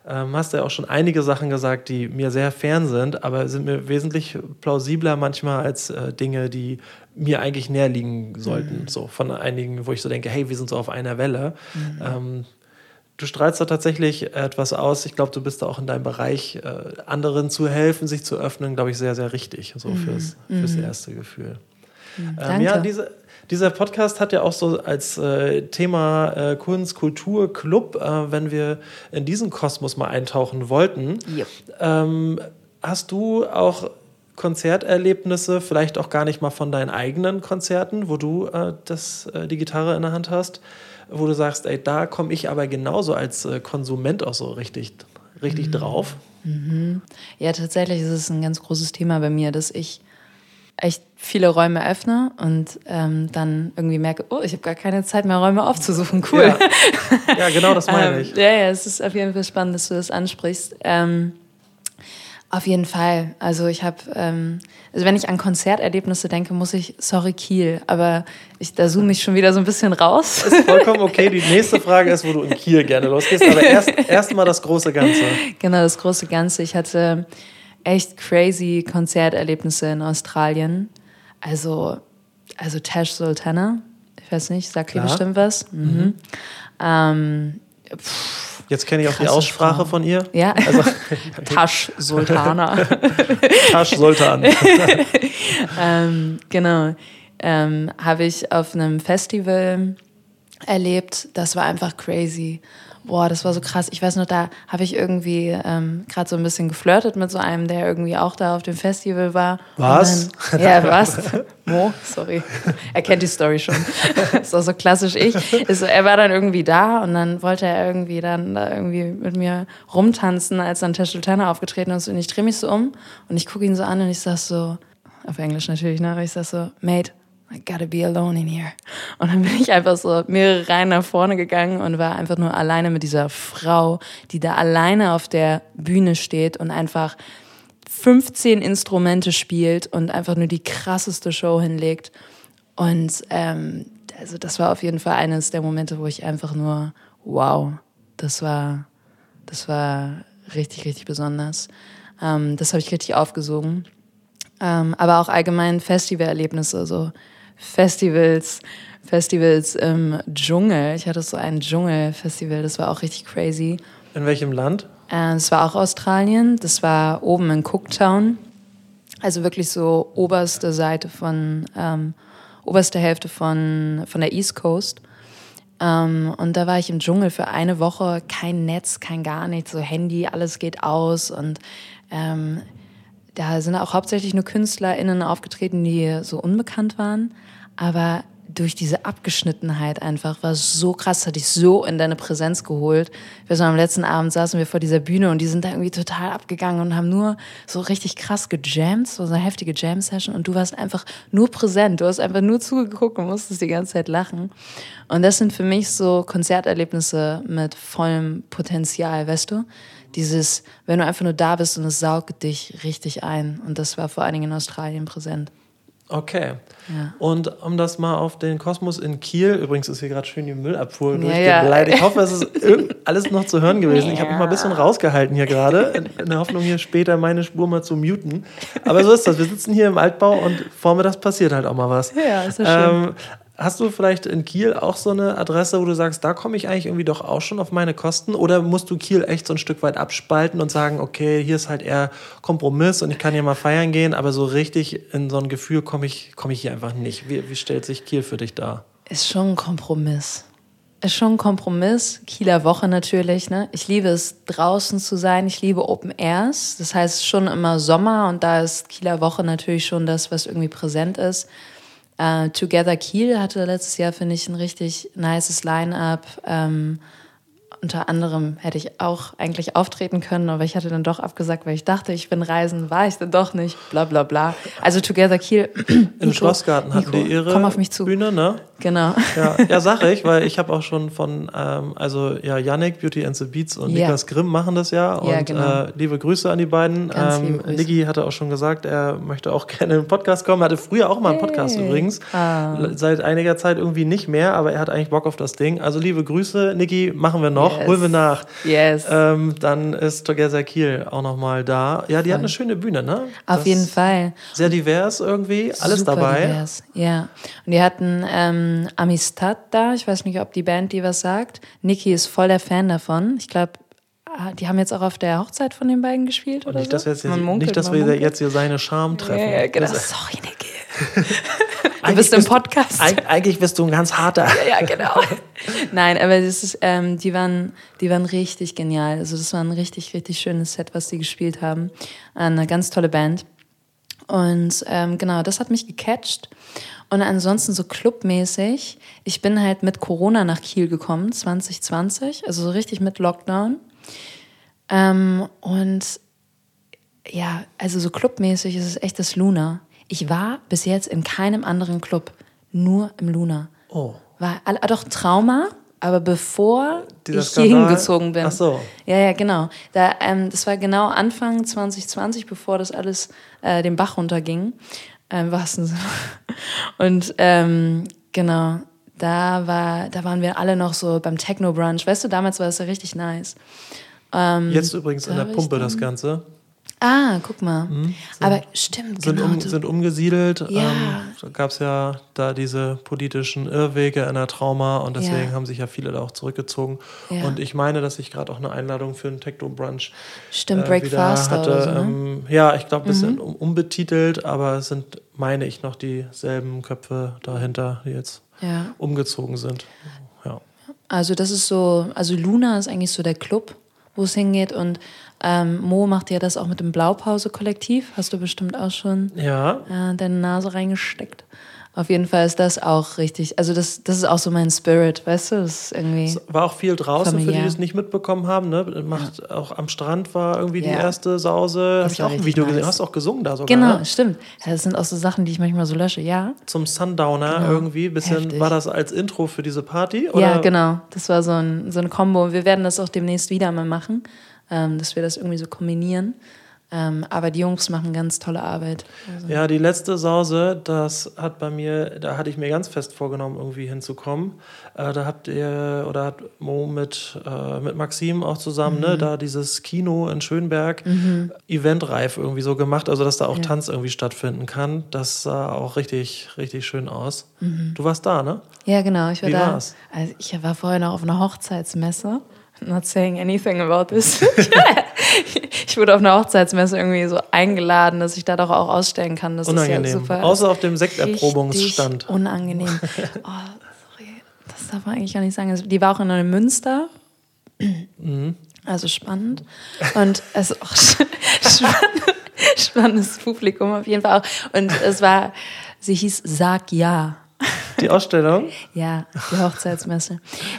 hast ja auch schon einige Sachen gesagt, die mir sehr fern sind, aber sind mir wesentlich plausibler manchmal als Dinge, die mir eigentlich näher liegen sollten. So von einigen, wo ich so denke, hey, wir sind so auf einer Welle. Du strahlst da tatsächlich etwas aus. Ich glaube, du bist da auch in deinem Bereich, anderen zu helfen, sich zu öffnen, glaube ich, sehr, sehr richtig, so fürs erste Gefühl. Danke. Dieser Podcast hat ja auch so als Thema Kunst, Kultur, Club, wenn wir in diesen Kosmos mal eintauchen wollten. Yep. Hast du auch Konzerterlebnisse, vielleicht auch gar nicht mal von deinen eigenen Konzerten, wo du die Gitarre in der Hand hast, wo du sagst, ey, da komme ich aber genauso als Konsument auch so richtig drauf? Ja, tatsächlich ist es ein ganz großes Thema bei mir, dass ich echt viele Räume öffne und dann irgendwie merke, oh, ich habe gar keine Zeit mehr, Räume aufzusuchen. Cool. Ja, genau das meine ich. Ja, es ist auf jeden Fall spannend, dass du das ansprichst. Auf jeden Fall. Also ich habe, also wenn ich an Konzerterlebnisse denke, muss ich, sorry Kiel, aber da zoome ich schon wieder so ein bisschen raus. Ist vollkommen okay. Die nächste Frage ist, wo du in Kiel gerne losgehst, aber erst mal das große Ganze. Genau, das große Ganze. Ich hatte echt crazy Konzerterlebnisse in Australien. Also Tash Sultana, ich weiß nicht, sagt dir bestimmt was. Jetzt kenne ich auch die Aussprache Frau. von ihr. Ja, also, Tash Sultana. Tash Sultan. Genau. Habe ich auf einem Festival erlebt. Das war einfach crazy. Boah, das war so krass. Ich weiß noch, da habe ich irgendwie gerade so ein bisschen geflirtet mit so einem, der irgendwie auch da auf dem Festival war. Was? Was? Mo? Sorry. Er kennt die Story schon. Ist auch so klassisch ich. Er war dann irgendwie da und dann wollte er irgendwie dann da irgendwie mit mir rumtanzen, als dann Tash Sultana aufgetreten ist. Und ich drehe mich so um und ich gucke ihn so an und ich sag so, auf Englisch natürlich, ne? Aber ich sag so, Mate, I gotta be alone in here. Und dann bin ich einfach so mehrere Reihen nach vorne gegangen und war einfach nur alleine mit dieser Frau, die da alleine auf der Bühne steht und einfach 15 Instrumente spielt und einfach nur die krasseste Show hinlegt. Und also das war auf jeden Fall eines der Momente, wo ich einfach nur, wow, das war richtig, richtig besonders. Das habe ich richtig aufgesogen. Aber auch allgemein Festivalerlebnisse, so Festivals im Dschungel. Ich hatte so ein Dschungelfestival, das war auch richtig crazy. In welchem Land? Das war auch Australien, das war oben in Cooktown. Also wirklich so oberste Hälfte von der East Coast. Und da war ich im Dschungel für eine Woche, kein Netz, kein gar nichts, so Handy, alles geht aus und da sind auch hauptsächlich nur KünstlerInnen aufgetreten, die so unbekannt waren. Aber durch diese Abgeschnittenheit einfach war es so krass, hat dich so in deine Präsenz geholt. Wir so am letzten Abend saßen wir vor dieser Bühne und die sind da irgendwie total abgegangen und haben nur so richtig krass gejammt, so eine heftige Jam-Session und du warst einfach nur präsent. Du hast einfach nur zugeguckt und musstest die ganze Zeit lachen. Und das sind für mich so Konzerterlebnisse mit vollem Potenzial, weißt du? Dieses, wenn du einfach nur da bist und es saugt dich richtig ein. Und das war vor allen Dingen in Australien präsent. Okay. Ja. Und um das mal auf den Kosmos in Kiel, übrigens ist hier gerade schön die Müllabfuhr durchgebleibt. Ja. Ich hoffe, es ist alles noch zu hören gewesen. Ich habe mich mal ein bisschen rausgehalten hier gerade, in der Hoffnung, hier später meine Spur mal zu muten. Aber so ist das. Wir sitzen hier im Altbau und vormittags passiert halt auch mal was. Ja, ist ja schön. Hast du vielleicht in Kiel auch so eine Adresse, wo du sagst, da komme ich eigentlich irgendwie doch auch schon auf meine Kosten? Oder musst du Kiel echt so ein Stück weit abspalten und sagen, okay, hier ist halt eher Kompromiss und ich kann hier mal feiern gehen, aber so richtig in so ein Gefühl komme ich hier einfach nicht. Wie stellt sich Kiel für dich dar? Ist schon ein Kompromiss. Kieler Woche natürlich, ne? Ich liebe es, draußen zu sein. Ich liebe Open Airs. Das heißt schon immer Sommer und da ist Kieler Woche natürlich schon das, was irgendwie präsent ist. Together Kiel hatte letztes Jahr, finde ich, ein richtig nices Line-Up. Unter anderem hätte ich auch eigentlich auftreten können, aber ich hatte dann doch abgesagt, weil ich dachte, ich bin reisen, war ich dann doch nicht, bla bla bla. Also Together Kiel. Im Schlossgarten hatten die ihre komm auf mich zu. Bühne, ne? Genau. Ja, sag ich, weil ich habe auch schon von, Yannick, Beauty and the Beats und Niklas Grimm machen das ja. Und genau. Liebe Grüße an die beiden. Liebe Grüße. Niggi hatte auch schon gesagt, er möchte auch gerne in den Podcast kommen. Hatte früher auch mal einen Podcast übrigens. Seit einiger Zeit irgendwie nicht mehr, aber er hat eigentlich Bock auf das Ding. Also liebe Grüße, Niggi, machen wir noch. Doch, holen wir nach. Yes. Dann ist Together Kiel auch nochmal da. Ja, die hat eine schöne Bühne, ne? Auf jeden Fall. Sehr divers irgendwie, alles Super dabei. Divers. Ja. Und die hatten Amistad da. Ich weiß nicht, ob die Band die was sagt. Niki ist voll der Fan davon. Ich glaube, die haben jetzt auch auf der Hochzeit von den beiden gespielt, oder Nicht, so? dass wir jetzt hier seine Scham treffen. Ja, genau. Das- Sorry, Niki. Du bist im Podcast. Eigentlich bist du ein ganz harter. Ja, genau. Nein, aber das ist, die waren richtig genial. Also das war ein richtig, richtig schönes Set, was die gespielt haben. Eine ganz tolle Band. Und genau, das hat mich gecatcht. Und ansonsten so clubmäßig, ich bin halt mit Corona nach Kiel gekommen, 2020, also so richtig mit Lockdown. Und ja, also so clubmäßig ist es echt das Luna. Ich war bis jetzt in keinem anderen Club, nur im Luna. Oh. War doch Trauma, aber bevor Dieser ich hier Skandal? hingezogen bin. Ach so. Ja, genau. Das war genau Anfang 2020, bevor das alles den Bach runterging. Im wahrsten Sinne. Und genau, da waren wir alle noch so beim Techno-Brunch. Weißt du, damals war das ja richtig nice. Jetzt übrigens in der da war Pumpe ich das dann- Ganze. Ah, guck mal. Aber stimmt, genau. Sind umgesiedelt. Ja. Da gab es ja da diese politischen Irrwege in der Trauma und deswegen Ja. haben sich ja viele da auch zurückgezogen. Ja. Und ich meine, dass ich gerade auch eine Einladung für einen Techno-Brunch Stimmt, Break wieder Faster hatte. oder so, ne? Ja, ich glaube, ein bisschen umbetitelt, aber es sind, meine ich, noch dieselben Köpfe dahinter, die jetzt Ja. umgezogen sind. Ja. Also das ist so, also Luna ist eigentlich so der Club, wo es hingeht und Mo macht ja das auch mit dem Blaupause-Kollektiv, hast du bestimmt auch schon Ja, deine Nase reingesteckt. Auf jeden Fall ist das auch richtig, also das ist auch so mein Spirit, weißt du, das ist irgendwie... es war auch viel draußen, für die Familiär. es nicht mitbekommen haben. Ne? Auch am Strand war irgendwie die Ja. erste Sause. Das Habe ich war auch ein richtig Video gesehen. nice. Hast du auch gesungen da sogar? Genau, Ne? stimmt. Ja, das sind auch so Sachen, die ich manchmal so lösche, ja. Zum Sundowner Genau. irgendwie. Bisschen, Heftig. war das als Intro für diese Party? Oder? Ja, genau. Das war so ein Kombo. Wir werden das auch demnächst wieder mal machen, dass wir das irgendwie so kombinieren. Aber die Jungs machen ganz tolle Arbeit. Also, Ja, die letzte Sause, da hatte ich mir ganz fest vorgenommen, irgendwie hinzukommen. Da hat Mo mit Maxim auch zusammen, ne, da dieses Kino in Schönberg eventreif irgendwie so gemacht, also dass da auch Tanz irgendwie stattfinden kann. Das sah auch richtig, richtig schön aus. Du warst da, ne? ja, genau. Ich war Wie da. war's? Also ich war vorher noch auf einer Hochzeitsmesse. Not saying anything about this. Ich wurde auf einer Hochzeitsmesse irgendwie so eingeladen, dass ich da doch auch ausstellen kann. Das Unangenehm. ist ja super. Außer auf dem Sekterprobungsstand. Richtig unangenehm. Oh, sorry. Das darf man eigentlich gar nicht sagen. Die war auch in einem Münster. Also spannend. Und es ist auch spannendes Publikum auf jeden Fall auch. Und sie hieß Sag Ja. Die Ausstellung? Ja, die Hochzeitsmesse.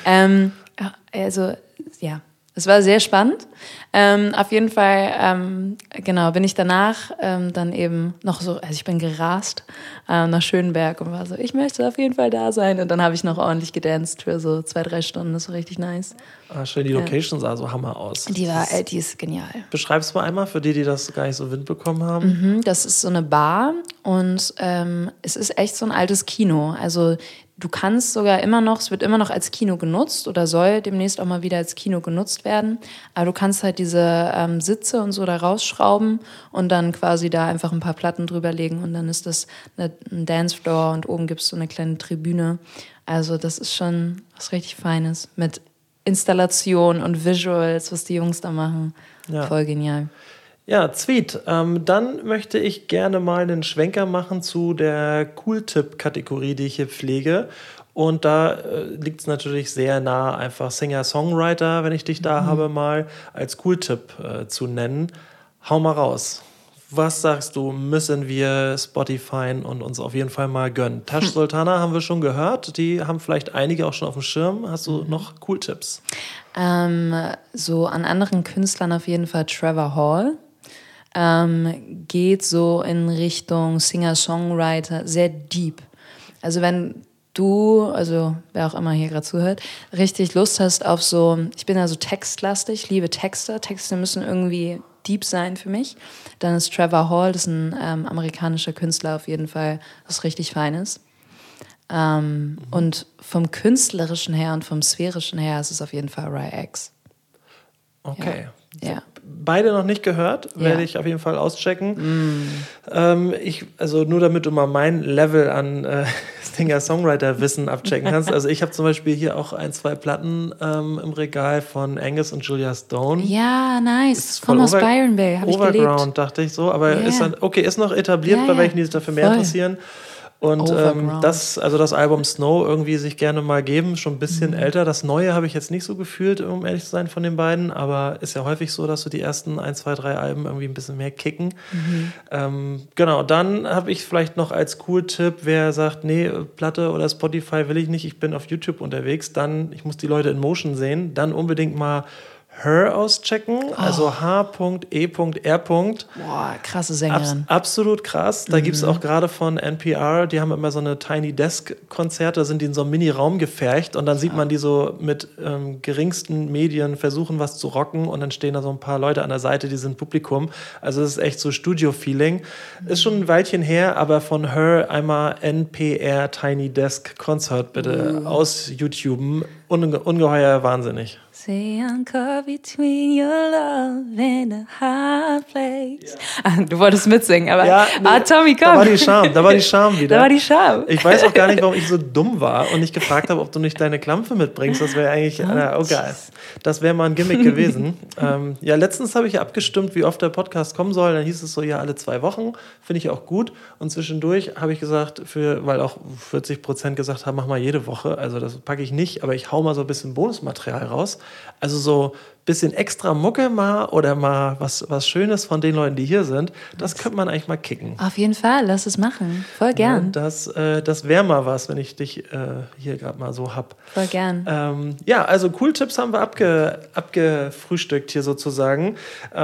Also, ja, es war sehr spannend. Auf jeden Fall, genau, bin ich danach dann eben noch so, also ich bin gerast nach Schönberg und war so, ich möchte auf jeden Fall da sein. Und dann habe ich noch ordentlich gedanced für so 2-3 Stunden. Das war richtig nice. Ah, schön, die Location sah so Hammer aus. Die ist genial. Beschreib's mal einmal für die das gar nicht so Wind bekommen haben. Das ist so eine Bar und es ist echt so ein altes Kino. Also du kannst sogar es wird immer noch als Kino genutzt oder soll demnächst auch mal wieder als Kino genutzt werden. Aber du kannst halt diese Sitze und so da rausschrauben und dann quasi da einfach ein paar Platten drüber legen und dann ist das ein Dancefloor und oben gibt es so eine kleine Tribüne. Also das ist schon was richtig Feines mit Installation und Visuals, was die Jungs da machen. Ja. Voll genial. Ja, Zwiet. Dann möchte ich gerne mal einen Schwenker machen zu der Cool-Tipp-Kategorie, die ich hier pflege. Und da liegt es natürlich sehr nah, einfach Singer-Songwriter, wenn ich dich da habe, mal als Cool-Tipp zu nennen. Hau mal raus. Was sagst du, müssen wir Spotify und uns auf jeden Fall mal gönnen? Tash Sultana haben wir schon gehört. Die haben vielleicht einige auch schon auf dem Schirm. Hast du noch Cool-Tipps? So an anderen Künstlern auf jeden Fall Trevor Hall. Geht so in Richtung Singer-Songwriter, sehr deep. Also wenn du, also wer auch immer hier gerade zuhört, richtig Lust hast auf so, ich bin ja so textlastig, liebe Texte. Texte müssen irgendwie deep sein für mich. Dann ist Trevor Hall, das ist ein amerikanischer Künstler auf jeden Fall, was richtig Feines. Und vom Künstlerischen her und vom Sphärischen her ist es auf jeden Fall RyX. Okay. Ja. Beide noch nicht gehört, werde ich auf jeden Fall auschecken. Also nur damit du mal mein Level an Singer-Songwriter-Wissen abchecken kannst. Also ich habe zum Beispiel hier auch 1, 2 Platten im Regal von Angus und Julia Stone. Ja, nice. Komm aus Byron Bay, habe ich gelebt. Overground, dachte ich so. Aber ist noch etabliert, bei welchen, die sich dafür mehr interessieren. Und das Album Snow irgendwie sich gerne mal geben, schon ein bisschen älter. Das Neue habe ich jetzt nicht so gefühlt, um ehrlich zu sein, von den beiden. Aber ist ja häufig so, dass so die ersten 1, 2, 3 Alben irgendwie ein bisschen mehr kicken. Genau, dann habe ich vielleicht noch als Cool-Tipp, wer sagt, nee, Platte oder Spotify will ich nicht, ich bin auf YouTube unterwegs, dann, ich muss die Leute in Motion sehen, dann unbedingt mal Her auschecken, also H.E.R. Boah, krasse Sängerin. Absolut krass. Da gibt es auch gerade von NPR, die haben immer so eine Tiny Desk-Konzerte, da sind die in so einem Mini-Raum gefercht und dann sieht man die so mit geringsten Medien versuchen, was zu rocken und dann stehen da so ein paar Leute an der Seite, die sind Publikum. Also es ist echt so Studio-Feeling. Ist schon ein Weilchen her, aber von Her einmal NPR Tiny Desk Konzert bitte aus YouTube. Ungeheuer wahnsinnig. Say I'm caught between your love and a hard place. Ja. Du wolltest mitsingen, aber Tommy, komm. Da war die Scham wieder. Da war die Scham. Ich weiß auch gar nicht, warum ich so dumm war und nicht gefragt habe, ob du nicht deine Klampfe mitbringst. Das wäre eigentlich, geil. Das wäre mal ein Gimmick gewesen. Letztens habe ich abgestimmt, wie oft der Podcast kommen soll. Dann hieß es so, alle 2 Wochen. Finde ich auch gut. Und zwischendurch habe ich gesagt, weil auch 40% gesagt haben, mach mal jede Woche. Also das packe ich nicht, aber ich hau mal so ein bisschen Bonusmaterial raus. Also so ein bisschen extra Mucke mal oder mal was Schönes von den Leuten, die hier sind, das könnte man eigentlich mal kicken. Auf jeden Fall, lass es machen. Voll gern. Das wäre mal was, wenn ich dich hier gerade mal so hab. Voll gern. Also Cool-Tipps haben wir abgefrühstückt hier sozusagen.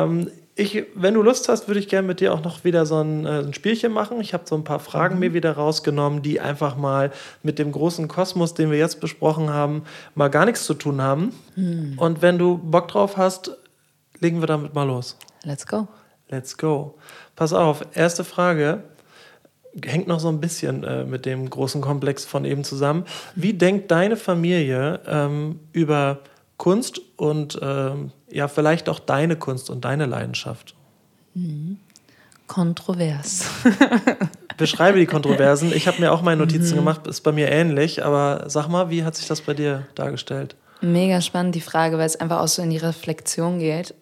Wenn du Lust hast, würde ich gerne mit dir auch noch wieder so ein Spielchen machen. Ich habe so ein paar Fragen mir wieder rausgenommen, die einfach mal mit dem großen Kosmos, den wir jetzt besprochen haben, mal gar nichts zu tun haben. Und wenn du Bock drauf hast, legen wir damit mal los. Let's go. Let's go. Pass auf, erste Frage hängt noch so ein bisschen mit dem großen Komplex von eben zusammen. Wie denkt deine Familie über Kunst und vielleicht auch deine Kunst und deine Leidenschaft? Kontrovers. Beschreibe die Kontroversen. Ich habe mir auch meine Notizen gemacht, ist bei mir ähnlich, aber sag mal, wie hat sich das bei dir dargestellt? Mega spannend die Frage, weil es einfach auch so in die Reflexion geht.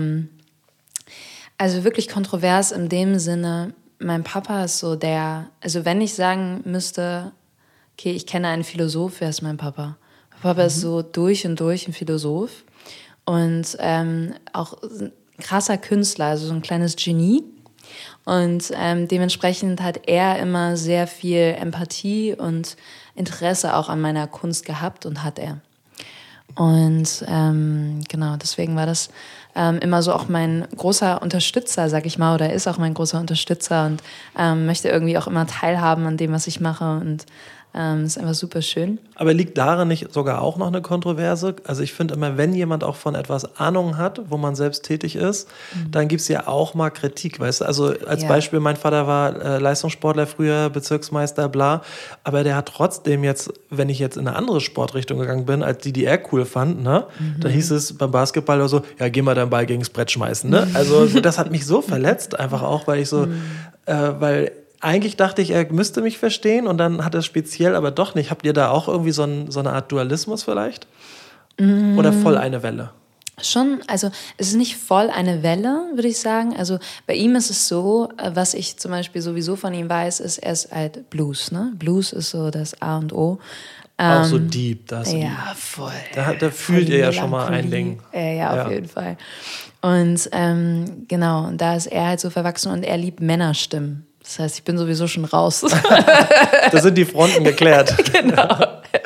Also wirklich kontrovers in dem Sinne, mein Papa ist so also wenn ich sagen müsste, okay, ich kenne einen Philosoph, wer ist mein Papa? Mein Papa ist so durch und durch ein Philosoph und auch ein krasser Künstler, also so ein kleines Genie. Und dementsprechend hat er immer sehr viel Empathie und Interesse auch an meiner Kunst gehabt und hat er. Und deswegen war das immer so auch mein großer Unterstützer, sag ich mal, oder ist auch mein großer Unterstützer und möchte irgendwie auch immer teilhaben an dem, was ich mache und ist einfach super schön. Aber liegt darin nicht sogar auch noch eine Kontroverse? Also ich finde immer, wenn jemand auch von etwas Ahnung hat, wo man selbst tätig ist, dann gibt es ja auch mal Kritik, weißt du? Also als Beispiel, mein Vater war Leistungssportler früher, Bezirksmeister, bla, aber der hat trotzdem jetzt, wenn ich jetzt in eine andere Sportrichtung gegangen bin, als die er cool fand, ne? Da hieß es beim Basketball oder so, ja, geh mal deinen Ball gegen das Brett schmeißen, ne? Also das hat mich so verletzt, einfach auch, weil ich so, weil eigentlich dachte ich, er müsste mich verstehen und dann hat er es speziell, aber doch nicht. Habt ihr da auch irgendwie so eine Art Dualismus vielleicht? Oder voll eine Welle? Schon, also es ist nicht voll eine Welle, würde ich sagen. Also bei ihm ist es so, was ich zum Beispiel sowieso von ihm weiß, ist, er ist halt Blues, ne? Blues ist so das A und O. Auch so deep. Ja, voll. Da fühlt ihr ja schon mal ein Ding. Ja, auf jeden Fall. Und und da ist er halt so verwachsen und er liebt Männerstimmen. Das heißt, ich bin sowieso schon raus. Da sind die Fronten geklärt. Genau.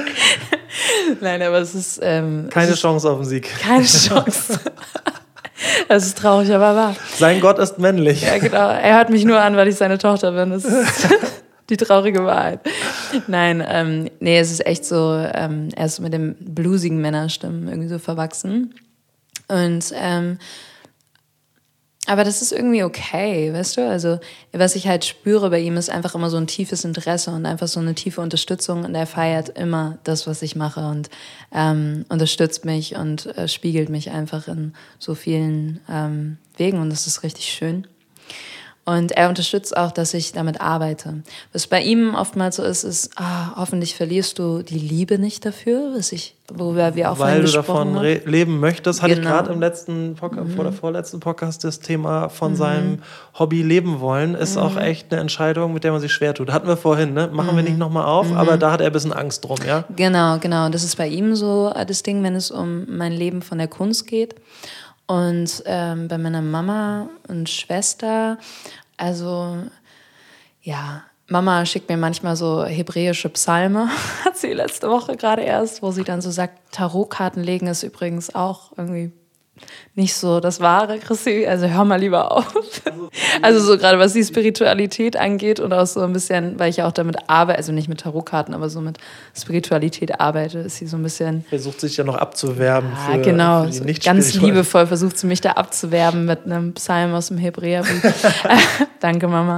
Nein, aber es ist... keine Chance auf den Sieg. Keine Chance. Das ist traurig, aber wahr. Sein Gott ist männlich. Ja, genau. Er hört mich nur an, weil ich seine Tochter bin. Das ist die traurige Wahrheit. Nein, es ist echt so, er ist mit den bluesigen Männerstimmen irgendwie so verwachsen. Und Aber das ist irgendwie okay, weißt du? Also was ich halt spüre bei ihm ist einfach immer so ein tiefes Interesse und einfach so eine tiefe Unterstützung und er feiert immer das, was ich mache und unterstützt mich und spiegelt mich einfach in so vielen Wegen und das ist richtig schön. Und er unterstützt auch, dass ich damit arbeite. Was bei ihm oftmals so ist, hoffentlich verlierst du die Liebe nicht dafür, worüber wir auch vorhin gesprochen haben. Weil du davon leben möchtest, hatte ich gerade im letzten Podcast, vor der vorletzten Podcast, das Thema von seinem Hobby leben wollen, ist auch echt eine Entscheidung, mit der man sich schwer tut. Hatten wir vorhin, ne? Machen wir nicht nochmal auf, aber da hat er ein bisschen Angst drum, ja? Genau. Das ist bei ihm so das Ding, wenn es um mein Leben von der Kunst geht. Und bei meiner Mama und Schwester, also ja, Mama schickt mir manchmal so hebräische Psalme, hat sie letzte Woche gerade erst, wo sie dann so sagt, Tarotkarten legen ist übrigens auch irgendwie nicht so das Wahre, Chrissy, also hör mal lieber auf. Also so gerade was die Spiritualität angeht und auch so ein bisschen, weil ich ja auch damit arbeite, also nicht mit Tarotkarten, aber so mit Spiritualität arbeite, ist sie so ein bisschen... Versucht sich ja noch abzuwerben für genau, die so nicht ganz liebevoll versucht sie mich da abzuwerben mit einem Psalm aus dem Hebräerbrief. Danke, Mama.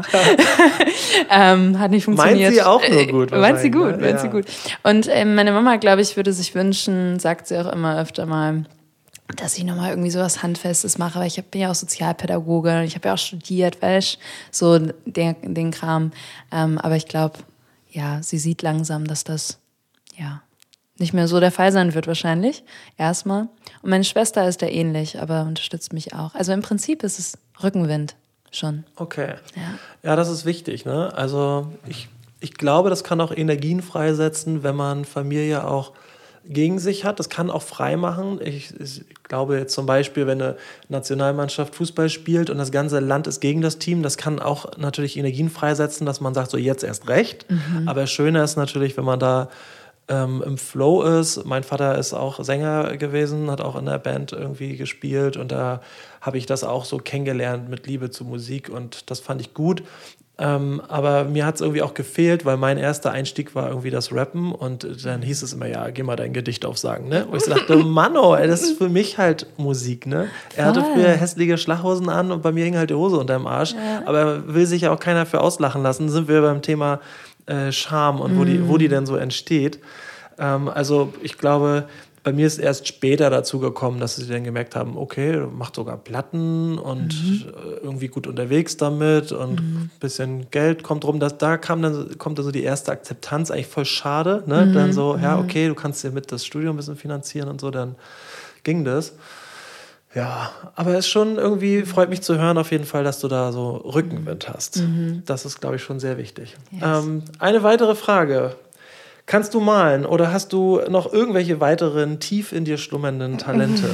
Hat nicht funktioniert. Meint sie auch nur gut. Meint sie gut. Und meine Mama, glaube ich, würde sich wünschen, sagt sie auch immer öfter mal, dass ich nochmal irgendwie sowas Handfestes mache, weil ich bin ja auch Sozialpädagoge, ich habe ja auch studiert, weißt so den Kram. Aber ich glaube, ja, sie sieht langsam, dass das ja nicht mehr so der Fall sein wird wahrscheinlich, erstmal. Und meine Schwester ist da ähnlich, aber unterstützt mich auch. Also im Prinzip ist es Rückenwind schon. Okay. Ja, das ist wichtig, ne? Also ich glaube, das kann auch Energien freisetzen, wenn man Familie auch gegen sich hat. Das kann auch frei machen. Ich glaube jetzt zum Beispiel, wenn eine Nationalmannschaft Fußball spielt und das ganze Land ist gegen das Team, das kann auch natürlich Energien freisetzen, dass man sagt, so jetzt erst recht. Aber schöner ist natürlich, wenn man da im Flow ist. Mein Vater ist auch Sänger gewesen, hat auch in der Band irgendwie gespielt und da habe ich das auch so kennengelernt mit Liebe zur Musik und das fand ich gut. Aber mir hat es irgendwie auch gefehlt, weil mein erster Einstieg war irgendwie das Rappen und dann hieß es immer, ja, geh mal dein Gedicht aufsagen, ne? Und ich dachte, Manno, ey, das ist für mich halt Musik, ne? Er hatte früher hässliche Schlaghosen an und bei mir hing halt die Hose unterm Arsch, aber will sich ja auch keiner für auslachen lassen, sind wir beim Thema Scham und wo die denn so entsteht. Also ich glaube, bei mir ist erst später dazu gekommen, dass sie dann gemerkt haben, okay, du machst sogar Platten und irgendwie gut unterwegs damit und ein bisschen Geld kommt rum. Kommt dann so die erste Akzeptanz, eigentlich voll schade. Ne? Dann so, ja, okay, du kannst dir mit das Studium ein bisschen finanzieren und so, dann ging das. Ja, aber es ist schon irgendwie, freut mich zu hören auf jeden Fall, dass du da so Rückenwind hast. Das ist, glaube ich, schon sehr wichtig. Yes. Eine weitere Frage. Kannst du malen oder hast du noch irgendwelche weiteren tief in dir schlummernden Talente?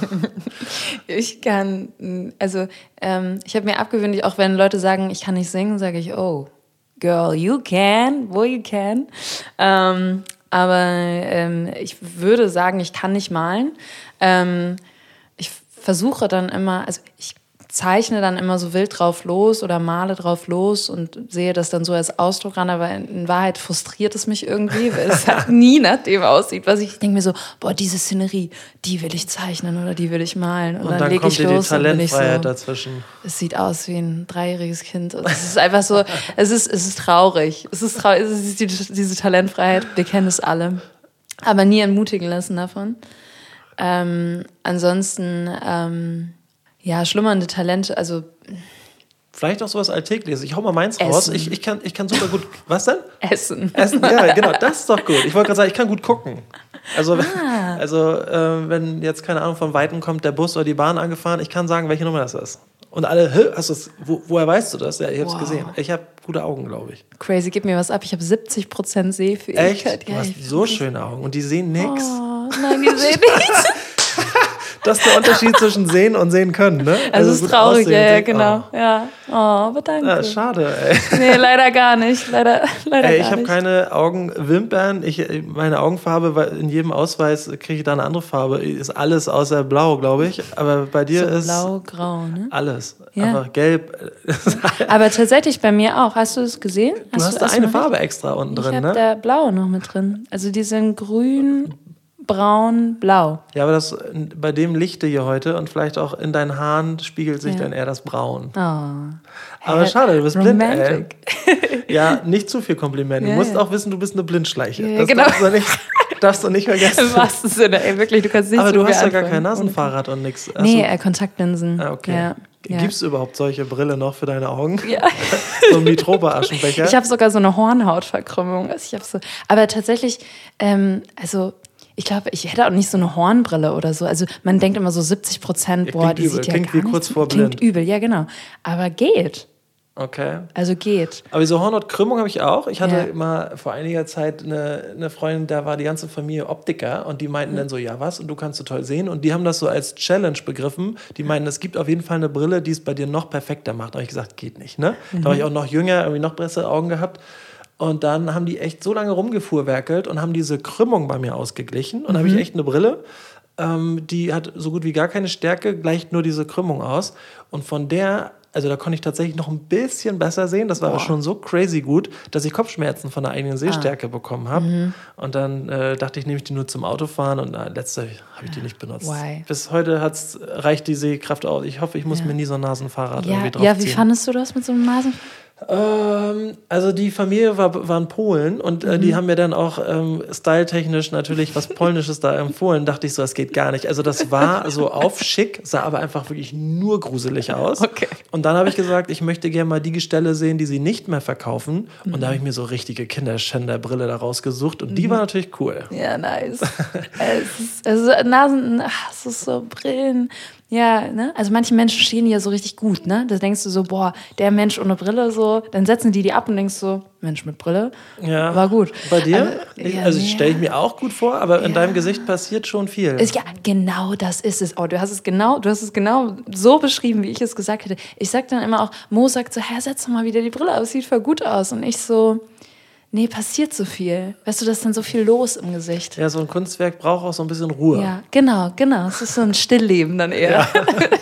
Ich kann, also ich habe mir abgewöhnt, auch wenn Leute sagen, ich kann nicht singen, sage ich, oh, girl, you can, boy, you can. Aber ich würde sagen, ich kann nicht malen. Ich versuche dann immer, also ich zeichne dann immer so wild drauf los oder male drauf los und sehe das dann so als Ausdruck ran, aber in Wahrheit frustriert es mich irgendwie, weil es halt nie nach dem aussieht, was ich denke mir so, boah, diese Szenerie, die will ich zeichnen oder die will ich malen und dann lege ich los und bin ich so, dazwischen. Es sieht aus wie ein 3-jähriges Kind und es ist einfach so, es ist traurig, es ist diese Talentfreiheit, wir kennen es alle, aber nie entmutigen lassen davon. Ansonsten ja, schlummernde Talente, also... Vielleicht auch sowas Alltägliches. Ich hau mal meins raus. Ich kann super gut... Was denn? Essen, ja, genau. Das ist doch gut. Ich wollte gerade sagen, ich kann gut gucken. Also wenn jetzt, keine Ahnung, von Weitem kommt der Bus oder die Bahn angefahren, ich kann sagen, welche Nummer das ist. Und alle, hast du's, woher weißt du das? Ja, ich hab's gesehen. Ich habe gute Augen, glaube ich. Crazy, gib mir was ab. Ich habe 70% Sehfähigkeit. Echt? Du hast so schöne Augen. Und die sehen nix. Oh, nein, die sehen nichts. Das ist der Unterschied zwischen sehen und sehen können, ne? Also es ist traurig, ja, genau. Oh. Ja. Oh, aber danke. Ja, schade, ey. Nee, leider gar nicht. Leider ey, ich habe keine Augenwimpern. Meine Augenfarbe, in jedem Ausweis kriege ich da eine andere Farbe. Ist alles außer blau, glaube ich. Aber bei dir so ist blau-grau, ne? Alles. Ja. Einfach gelb. Aber tatsächlich bei mir auch. Hast du es gesehen? Du hast da eine Farbe extra unten drin, ne? Ich habe da blau noch mit drin. Also die sind grün, braun, blau. Ja, aber bei dem Lichte hier heute und vielleicht auch in deinen Haaren spiegelt sich dann eher das Braun. Aber schade, du bist blind, ey. Ja, nicht zu viel Kompliment. Du musst auch wissen, du bist eine Blindschleiche. Ja, das genau. darfst du nicht vergessen. Im wahrsten Sinne, ey, wirklich, du kannst nicht aber so du viel hast ja gar anfangen. kein Nasenfahrrad und nichts. Kontaktlinsen. Okay. Ja. Gibt es überhaupt solche Brille noch für deine Augen? Ja. So ein Mitropa-Aschenbecher? Ich habe sogar so eine Hornhautverkrümmung. Aber tatsächlich, ich glaube, ich hätte auch nicht so eine Hornbrille oder so. Also man denkt immer so 70%, boah, die übel. sieht ja Klingt gar wie kurz nicht. vor blind. Klingt übel, ja genau. Aber geht. Okay. Also geht. Aber diese Hornhautkrümmung habe ich auch. Ich hatte mal vor einiger Zeit eine Freundin, da war die ganze Familie Optiker und die meinten dann so, ja was, und du kannst so toll sehen. Und die haben das so als Challenge begriffen. Die meinten, es gibt auf jeden Fall eine Brille, die es bei dir noch perfekter macht. Da habe ich gesagt, geht nicht. Ne? Da war ich auch noch jünger, irgendwie noch bessere Augen gehabt. Und dann haben die echt so lange rumgefuhrwerkelt und haben diese Krümmung bei mir ausgeglichen. Und dann habe ich echt eine Brille, die hat so gut wie gar keine Stärke, gleicht nur diese Krümmung aus. Und von der, also da konnte ich tatsächlich noch ein bisschen besser sehen. Das war aber schon so crazy gut, dass ich Kopfschmerzen von der eigenen Sehstärke bekommen habe. Und dann dachte ich, nehme ich die nur zum Autofahren und letzte habe ich die nicht benutzt. Why? Bis heute reicht die Sehkraft aus. Ich hoffe, ich muss mir nie so ein Nasenfahrrad irgendwie draufziehen. Ja, wie fandest du das mit so einem Nasenfahrrad? Also die Familie war in Polen und die haben mir dann auch styletechnisch natürlich was Polnisches da empfohlen. Dachte ich so, das geht gar nicht. Also das war so auf schick, sah aber einfach wirklich nur gruselig aus. Okay. Und dann habe ich gesagt, ich möchte gerne mal die Gestelle sehen, die sie nicht mehr verkaufen. Und da habe ich mir so richtige Kinderschänderbrille da rausgesucht und die war natürlich cool. Ja, nice. es ist so Brillen. Ja, ne? Also manche Menschen stehen ja so richtig gut, ne? Da denkst du so, boah, der Mensch ohne Brille, so. Dann setzen die ab und denkst so, Mensch mit Brille, war gut. Bei dir? Aber, stelle ich mir auch gut vor, aber in deinem Gesicht passiert schon viel. Ja, genau das ist es. Oh, du hast es genau so beschrieben, wie ich es gesagt hätte. Ich sag dann immer auch, Mo sagt so, setz doch mal wieder die Brille aus, sieht voll gut aus. Und ich so, nee, passiert so viel. Weißt du, da ist dann so viel los im Gesicht. Ja, so ein Kunstwerk braucht auch so ein bisschen Ruhe. Ja, genau. Es ist so ein Stillleben dann eher. Ja.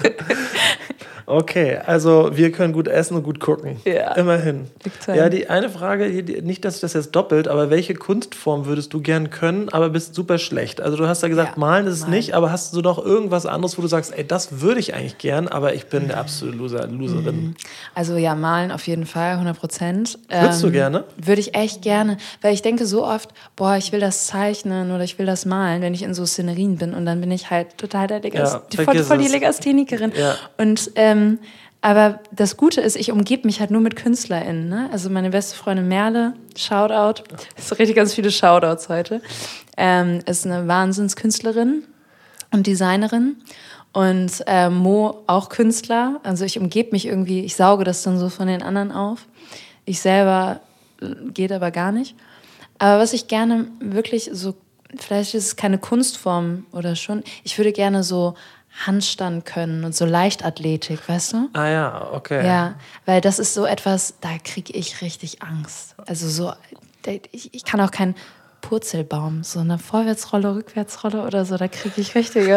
Okay, also wir können gut essen und gut gucken. Ja. Immerhin. Big time. Ja, die eine Frage, nicht, dass ich das jetzt doppelt, aber welche Kunstform würdest du gern können, aber bist super schlecht? Also du hast ja gesagt, malen ist es nicht, aber hast du noch irgendwas anderes, wo du sagst, ey, das würde ich eigentlich gern, aber ich bin der absolute Loserin. Also ja, malen auf jeden Fall, 100%. Würdest du gerne? Würde ich echt gerne, weil ich denke so oft, boah, ich will das zeichnen oder ich will das malen, wenn ich in so Szenerien bin und dann bin ich halt total voll die Legasthenikerin. Ja. Und aber das Gute ist, ich umgebe mich halt nur mit KünstlerInnen. Ne? Also meine beste Freundin Merle, Shoutout, es sind richtig ganz viele Shoutouts heute, ist eine Wahnsinnskünstlerin und Designerin. Und Mo auch Künstler. Also ich umgebe mich irgendwie, ich sauge das dann so von den anderen auf. Ich selber geht aber gar nicht. Aber was ich gerne wirklich so, vielleicht ist es keine Kunstform oder schon, ich würde gerne so Handstand können und so Leichtathletik, weißt du? Ah ja, okay. Ja, weil das ist so etwas, da kriege ich richtig Angst. Also so, ich kann auch kein Purzelbaum, so eine Vorwärtsrolle, Rückwärtsrolle oder so, da kriege ich richtige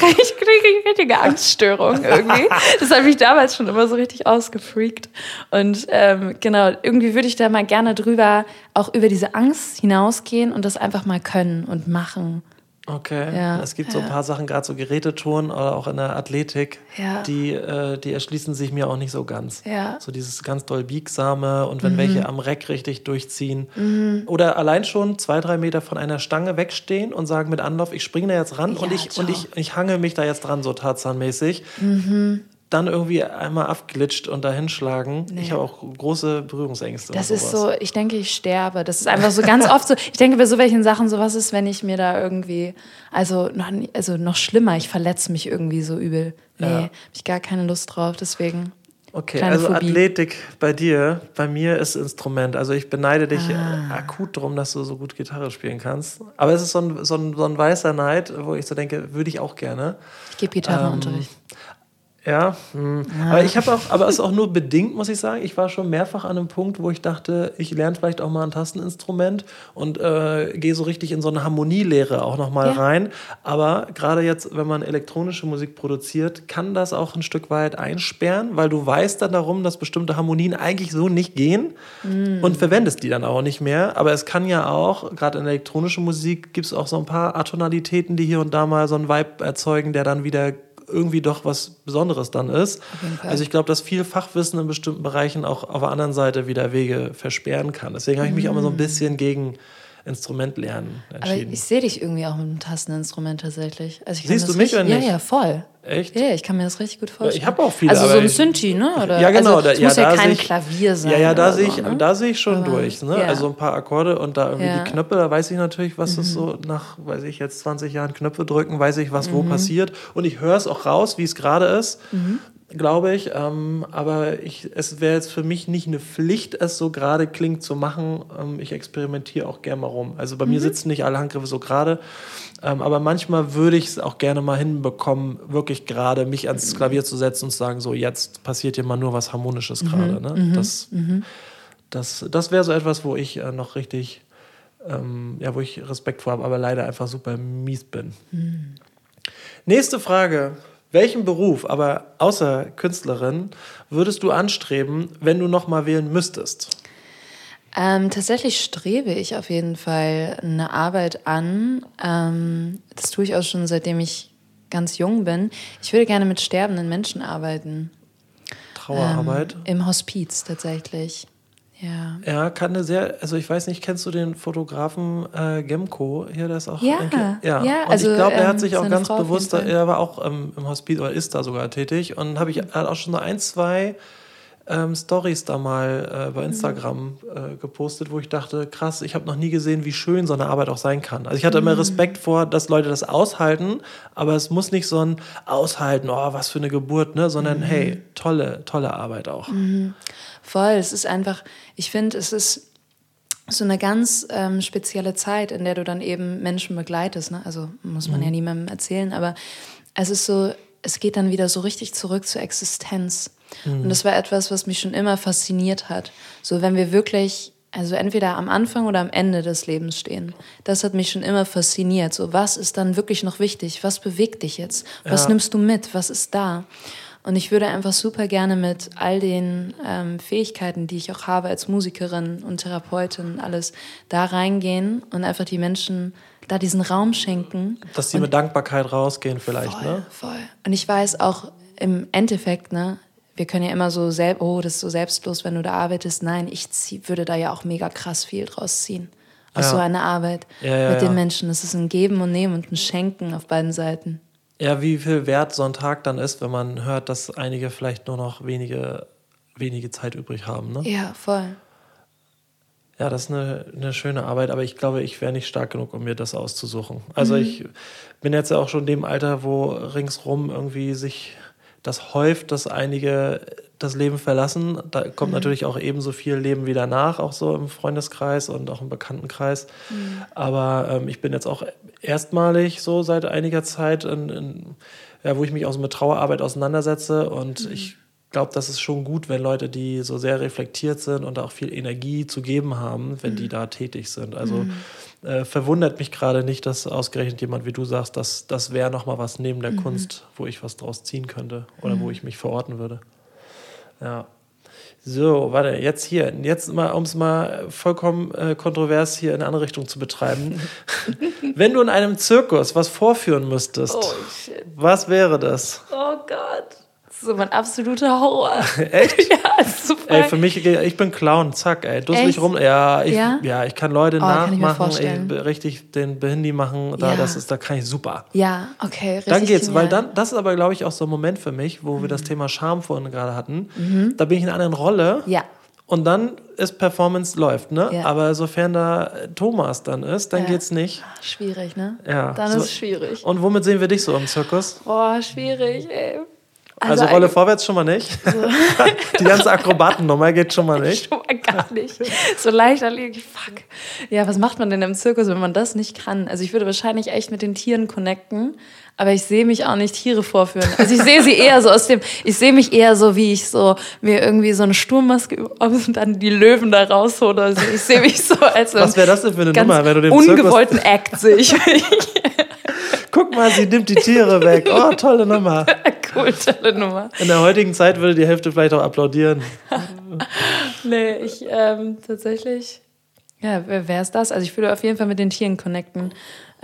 Angststörung irgendwie. Das habe ich damals schon immer so richtig ausgefreakt. Und genau, irgendwie würde ich da mal gerne auch über diese Angst hinausgehen und das einfach mal können und machen. Okay, es gibt so ein paar Sachen, gerade so Geräteturnen oder auch in der Athletik, die erschließen sich mir auch nicht so ganz. Ja. So dieses ganz doll Biegsame und wenn welche am Reck richtig durchziehen. Oder allein schon 2-3 Meter von einer Stange wegstehen und sagen mit Anlauf, ich springe da jetzt ran und ich hange mich da jetzt dran, so tarzanmäßig. Dann irgendwie einmal abglitscht und da hinschlagen. Nee. Ich habe auch große Berührungsängste. Das ist so, ich denke, ich sterbe. Das ist einfach so ganz oft so, ich denke bei so welchen Sachen, so was ist, wenn ich mir da irgendwie, also noch schlimmer, ich verletze mich irgendwie so übel. Nee, habe ich gar keine Lust drauf, deswegen. Okay, also Phobie. Athletik bei dir, bei mir ist Instrument. Also ich beneide dich akut drum, dass du so gut Gitarre spielen kannst. Aber es ist so ein weißer Neid, wo ich so denke, würde ich auch gerne. Ich gebe Gitarreunterricht. Ja, aber ich habe auch, aber es ist auch nur bedingt, muss ich sagen. Ich war schon mehrfach an einem Punkt, wo ich dachte, ich lerne vielleicht auch mal ein Tasteninstrument und gehe so richtig in so eine Harmonielehre auch nochmal rein. Aber gerade jetzt, wenn man elektronische Musik produziert, kann das auch ein Stück weit einsperren, weil du weißt dann darum, dass bestimmte Harmonien eigentlich so nicht gehen und verwendest die dann auch nicht mehr. Aber es kann ja auch, gerade in elektronischer Musik, gibt es auch so ein paar Atonalitäten, die hier und da mal so einen Vibe erzeugen, der dann wieder irgendwie doch was Besonderes dann ist. Also ich glaube, dass viel Fachwissen in bestimmten Bereichen auch auf der anderen Seite wieder Wege versperren kann. Deswegen habe ich mich auch mal so ein bisschen gegen Instrumentlernen entschieden. Aber ich sehe dich irgendwie auch mit einem Tasteninstrument tatsächlich. Also Siehst du mich oder nicht? Ja, voll. Echt? Ja, ich kann mir das richtig gut vorstellen. Ich habe auch viele. Also so ein Synthi, ne? Oder, ja, genau. Also, es muss ja kein Klavier sein. Ja, da so, sehe ich schon durch. Ne? Ja. Also ein paar Akkorde und da irgendwie die Knöpfe, da weiß ich natürlich, was ist so nach, weiß ich jetzt 20 Jahren Knöpfe drücken, weiß ich, was wo passiert. Und ich höre es auch raus, wie es gerade ist. Glaube ich, aber es wäre jetzt für mich nicht eine Pflicht, es so gerade klingt zu machen. Ich experimentiere auch gerne mal rum. Also bei mir sitzen nicht alle Handgriffe so gerade, aber manchmal würde ich es auch gerne mal hinbekommen, wirklich gerade mich ans Klavier zu setzen und zu sagen, so jetzt passiert hier mal nur was Harmonisches gerade. Ne? Das wäre so etwas, wo ich noch richtig, wo ich Respekt vor habe, aber leider einfach super mies bin. Nächste Frage. Welchen Beruf, aber außer Künstlerin, würdest du anstreben, wenn du noch mal wählen müsstest? Tatsächlich strebe ich auf jeden Fall eine Arbeit an. Das tue ich auch schon, seitdem ich ganz jung bin. Ich würde gerne mit sterbenden Menschen arbeiten. Trauerarbeit? Im Hospiz tatsächlich. Ja. Ja, kann eine sehr, also ich weiß nicht, kennst du den Fotografen Gemco hier, der ist auch ja, und also ich glaube, er hat sich auch ganz Frau bewusst, er war auch im Hospiz oder ist da sogar tätig und er hat auch schon so 1, 2 Stories da mal bei Instagram gepostet, wo ich dachte, krass, ich habe noch nie gesehen, wie schön so eine Arbeit auch sein kann. Also ich hatte immer Respekt vor, dass Leute das aushalten, aber es muss nicht so ein Aushalten, oh, was für eine Geburt, ne, sondern hey, tolle Arbeit auch. Voll, es ist einfach, ich finde, es ist so eine ganz spezielle Zeit, in der du dann eben Menschen begleitest, ne? Also muss man ja niemandem erzählen, aber es ist so, es geht dann wieder so richtig zurück zur Existenz. Und das war etwas, was mich schon immer fasziniert hat. So, wenn wir wirklich, also entweder am Anfang oder am Ende des Lebens stehen. Das hat mich schon immer fasziniert. So, was ist dann wirklich noch wichtig? Was bewegt dich jetzt? Was nimmst du mit? Was ist da? Und ich würde einfach super gerne mit all den Fähigkeiten, die ich auch habe als Musikerin und Therapeutin, alles da reingehen und einfach die Menschen da diesen Raum schenken. Dass sie mit Dankbarkeit rausgehen vielleicht, voll, ne? Voll. Und ich weiß auch im Endeffekt, ne, wir können ja immer so, das ist so selbstlos, wenn du da arbeitest. Nein, ich würde da ja auch mega krass viel draus ziehen. Aus so einer Arbeit mit den Menschen. Es ist ein Geben und Nehmen und ein Schenken auf beiden Seiten. Ja, wie viel wert so ein Tag dann ist, wenn man hört, dass einige vielleicht nur noch wenige Zeit übrig haben, ne? Ja, voll. Ja, das ist eine schöne Arbeit, aber ich glaube, ich wäre nicht stark genug, um mir das auszusuchen. Also ich bin jetzt ja auch schon in dem Alter, wo ringsrum irgendwie sich das häuft, dass einige das Leben verlassen. Da kommt natürlich auch ebenso viel Leben wieder nach, auch so im Freundeskreis und auch im Bekanntenkreis. Aber ich bin jetzt auch erstmalig so seit einiger Zeit, wo ich mich auch so mit Trauerarbeit auseinandersetze und ich glaube, das ist schon gut, wenn Leute, die so sehr reflektiert sind und auch viel Energie zu geben haben, wenn die da tätig sind. Also verwundert mich gerade nicht, dass ausgerechnet jemand wie du sagst, dass das wäre nochmal was neben der Kunst, wo ich was draus ziehen könnte oder wo ich mich verorten würde. Ja. So, warte, jetzt mal, um es mal vollkommen kontrovers hier in eine andere Richtung zu betreiben. Wenn du in einem Zirkus was vorführen müsstest, was wäre das? Oh Gott. Das ist so mein absoluter Horror. Echt? Ja, super. Ey, für mich, ich bin Clown, zack, ey. Dusselig rum. Ja, ich kann Leute nachmachen, richtig den Behindi machen, da kann ich super. Ja, okay, richtig. Dann geht's, genial. weil das ist aber, glaube ich, auch so ein Moment für mich, wo wir das Thema Charme vorhin gerade hatten. Da bin ich in einer anderen Rolle. Ja. Und dann ist Performance läuft, ne? Ja. Aber sofern da Thomas dann ist, dann geht's nicht. Schwierig, ne? Ja. Dann ist es schwierig. Und womit sehen wir dich so im Zirkus? Boah, schwierig, ey. Also Rolle vorwärts schon mal nicht. Die ganze Akrobatennummer geht schon mal nicht. Schon mal gar nicht. So leicht erledigt, fuck. Ja, was macht man denn im Zirkus, wenn man das nicht kann? Also ich würde wahrscheinlich echt mit den Tieren connecten, aber ich sehe mich auch nicht Tiere vorführen. Also ich sehe sie eher so ich sehe mich eher so, wie ich so mir irgendwie so eine Sturmmaske und dann die Löwen da raushole. Also ich sehe mich so als Was wäre das denn für eine ganz Nummer, wenn du den ungewollten Act sehe ich mich. Guck mal, sie nimmt die Tiere weg. Oh, tolle Nummer. Cool, tolle Nummer. In der heutigen Zeit würde die Hälfte vielleicht auch applaudieren. Nee, ich tatsächlich, ja, wer ist das? Also ich würde auf jeden Fall mit den Tieren connecten.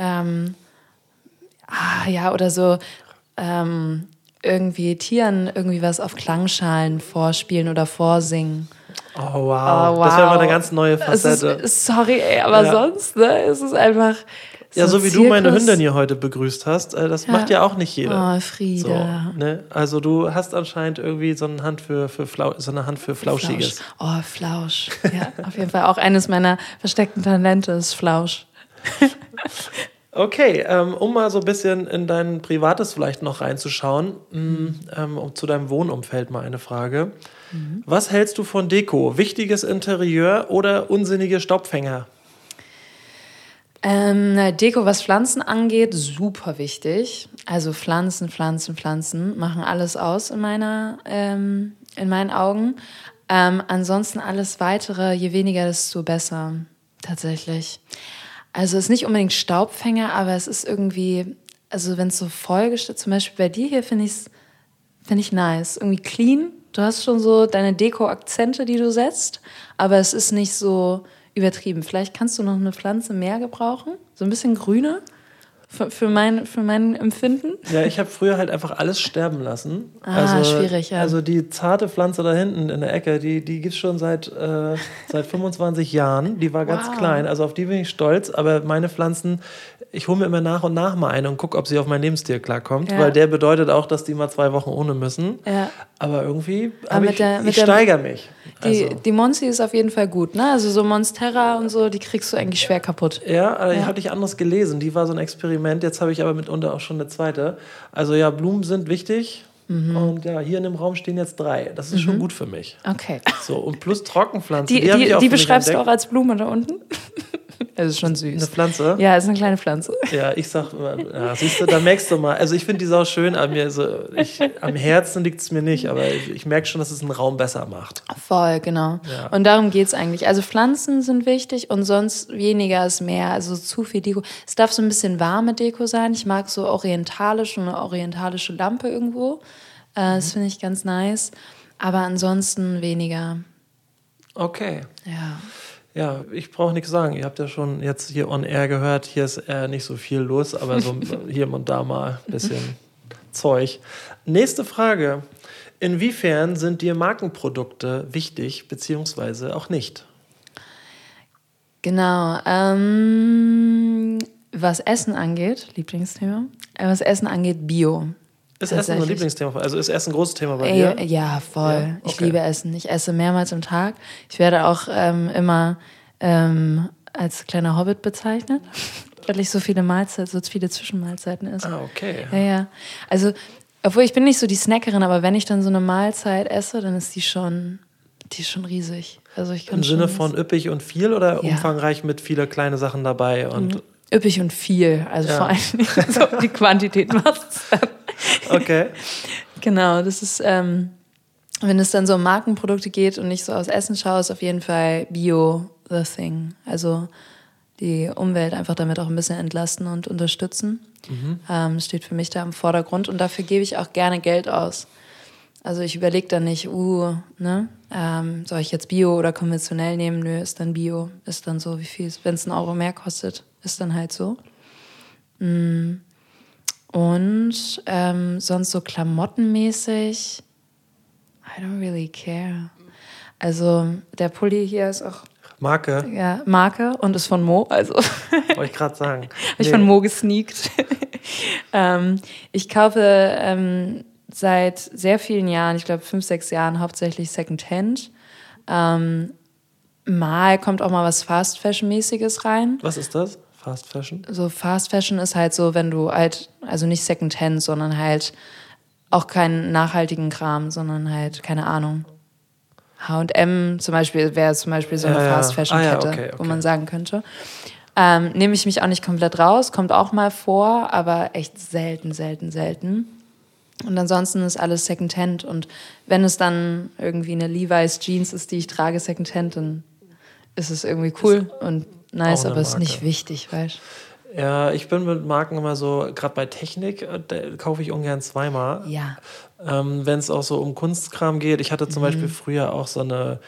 Ja, oder so irgendwie Tieren irgendwie was auf Klangschalen vorspielen oder vorsingen. Oh, wow. Das wäre mal eine ganz neue Facette. Sorry, ey, aber sonst, ne, es ist einfach... Ja, so wie du meine Hündin hier heute begrüßt hast, das macht ja auch nicht jeder. Oh, Frieda. So, ne? Also du hast anscheinend irgendwie so eine Hand für Flauschiges. Oh, Flausch. Ja, auf jeden Fall auch eines meiner versteckten Talente ist Flausch. Okay, um mal so ein bisschen in dein Privates vielleicht noch reinzuschauen, zu deinem Wohnumfeld mal eine Frage. Was hältst du von Deko? Wichtiges Interieur oder unsinnige Staubfänger? Deko, was Pflanzen angeht, super wichtig. Also Pflanzen machen alles aus in meinen Augen. Ansonsten alles Weitere, je weniger, desto besser, tatsächlich. Also es ist nicht unbedingt Staubfänger, aber es ist irgendwie, also wenn es so vollgestellt, zum Beispiel bei dir hier finde ich nice, irgendwie clean. Du hast schon so deine Deko-Akzente, die du setzt, aber es ist nicht so übertrieben. Vielleicht kannst du noch eine Pflanze mehr gebrauchen, so ein bisschen grüner für mein Empfinden. Ja, ich habe früher halt einfach alles sterben lassen. Schwierig, ja. Also die zarte Pflanze da hinten in der Ecke, die gibt es schon seit 25 Jahren. Die war ganz klein, also auf die bin ich stolz. Aber meine Pflanzen, ich hole mir immer nach und nach mal eine und gucke, ob sie auf meinen Lebensstil klarkommt. Weil der bedeutet auch, dass die mal 2 Wochen ohne müssen. Ja. Aber irgendwie, ich steigere mich. Die Monsi ist auf jeden Fall gut, ne? Also so Monstera und so, die kriegst du eigentlich schwer kaputt. Ja, hatte ich anderes gelesen. Die war so ein Experiment. Jetzt habe ich aber mitunter auch schon eine zweite. Also ja, Blumen sind wichtig. Und ja, hier in dem Raum stehen jetzt 3. Das ist schon gut für mich. Okay. So, und plus Trockenpflanzen. Die beschreibst du auch als Blume da unten? Es ist schon süß. Eine Pflanze? Ja, es ist eine kleine Pflanze. Ja, ich sag, siehst du, da merkst du mal. Also ich finde die sau schön, aber am Herzen liegt es mir nicht, aber ich merke schon, dass es einen Raum besser macht. Voll, genau. Ja. Und darum geht es eigentlich. Also Pflanzen sind wichtig und sonst weniger ist mehr. Also zu viel Deko. Es darf so ein bisschen warme Deko sein. Ich mag so eine orientalische Lampe irgendwo. Das finde ich ganz nice. Aber ansonsten weniger. Okay. Ja. Ja, ich brauche nichts sagen. Ihr habt ja schon jetzt hier on air gehört, hier ist nicht so viel los, aber so hier und da mal ein bisschen Zeug. Nächste Frage. Inwiefern sind dir Markenprodukte wichtig, beziehungsweise auch nicht? Genau. Was Essen angeht, Lieblingsthema, Bio. Ist Essen ein Lieblingsthema? Also ist Essen ein großes Thema bei dir? Ja, voll. Ja, okay. Ich liebe Essen. Ich esse mehrmals am Tag. Ich werde auch immer als kleiner Hobbit bezeichnet, weil ich so viele Zwischenmahlzeiten esse. Ah, okay. Ja. Also, obwohl ich bin nicht so die Snackerin, aber wenn ich dann so eine Mahlzeit esse, dann ist die ist schon riesig. Also ich kann im Sinne von üppig und viel oder umfangreich mit viele kleine Sachen dabei? Und üppig und viel. Also vor allem so die Quantität macht es dann. Okay. Genau, das ist, wenn es dann so um Markenprodukte geht und nicht so aus Essen schaue, ist auf jeden Fall Bio the thing. Also die Umwelt einfach damit auch ein bisschen entlasten und unterstützen. Steht für mich da im Vordergrund und dafür gebe ich auch gerne Geld aus. Also ich überlege dann nicht, soll ich jetzt Bio oder konventionell nehmen? Nö, ist dann Bio. Ist dann so, wie viel, wenn es 1 Euro mehr kostet, ist dann halt so. Und sonst so klamottenmäßig, I don't really care. Also der Pulli hier ist auch Marke? Ja, Marke und ist von Mo, also. Wollte ich gerade sagen. Habe ich von Mo gesneakt. Ich kaufe seit sehr vielen Jahren, ich glaube 5, 6 Jahren, hauptsächlich Secondhand. Mal kommt auch mal was Fast-Fashion-mäßiges rein. Was ist das? Fast Fashion? So Fast Fashion ist halt so, wenn du halt, also nicht Secondhand, sondern halt auch keinen nachhaltigen Kram, sondern halt, keine Ahnung. H&M zum Beispiel wäre so eine Fast-Fashion-Kette, wo man sagen könnte. Nehme ich mich auch nicht komplett raus, kommt auch mal vor, aber echt selten. Und ansonsten ist alles Secondhand. Und wenn es dann irgendwie eine Levi's Jeans ist, die ich trage, Secondhand, dann ist es irgendwie cool und nice, aber es ist nicht wichtig, weißt du? Ja, ich bin mit Marken immer so, gerade bei Technik, da kaufe ich ungern zweimal. Ja. Wenn es auch so um Kunstkram geht. Ich hatte zum Beispiel früher auch so eine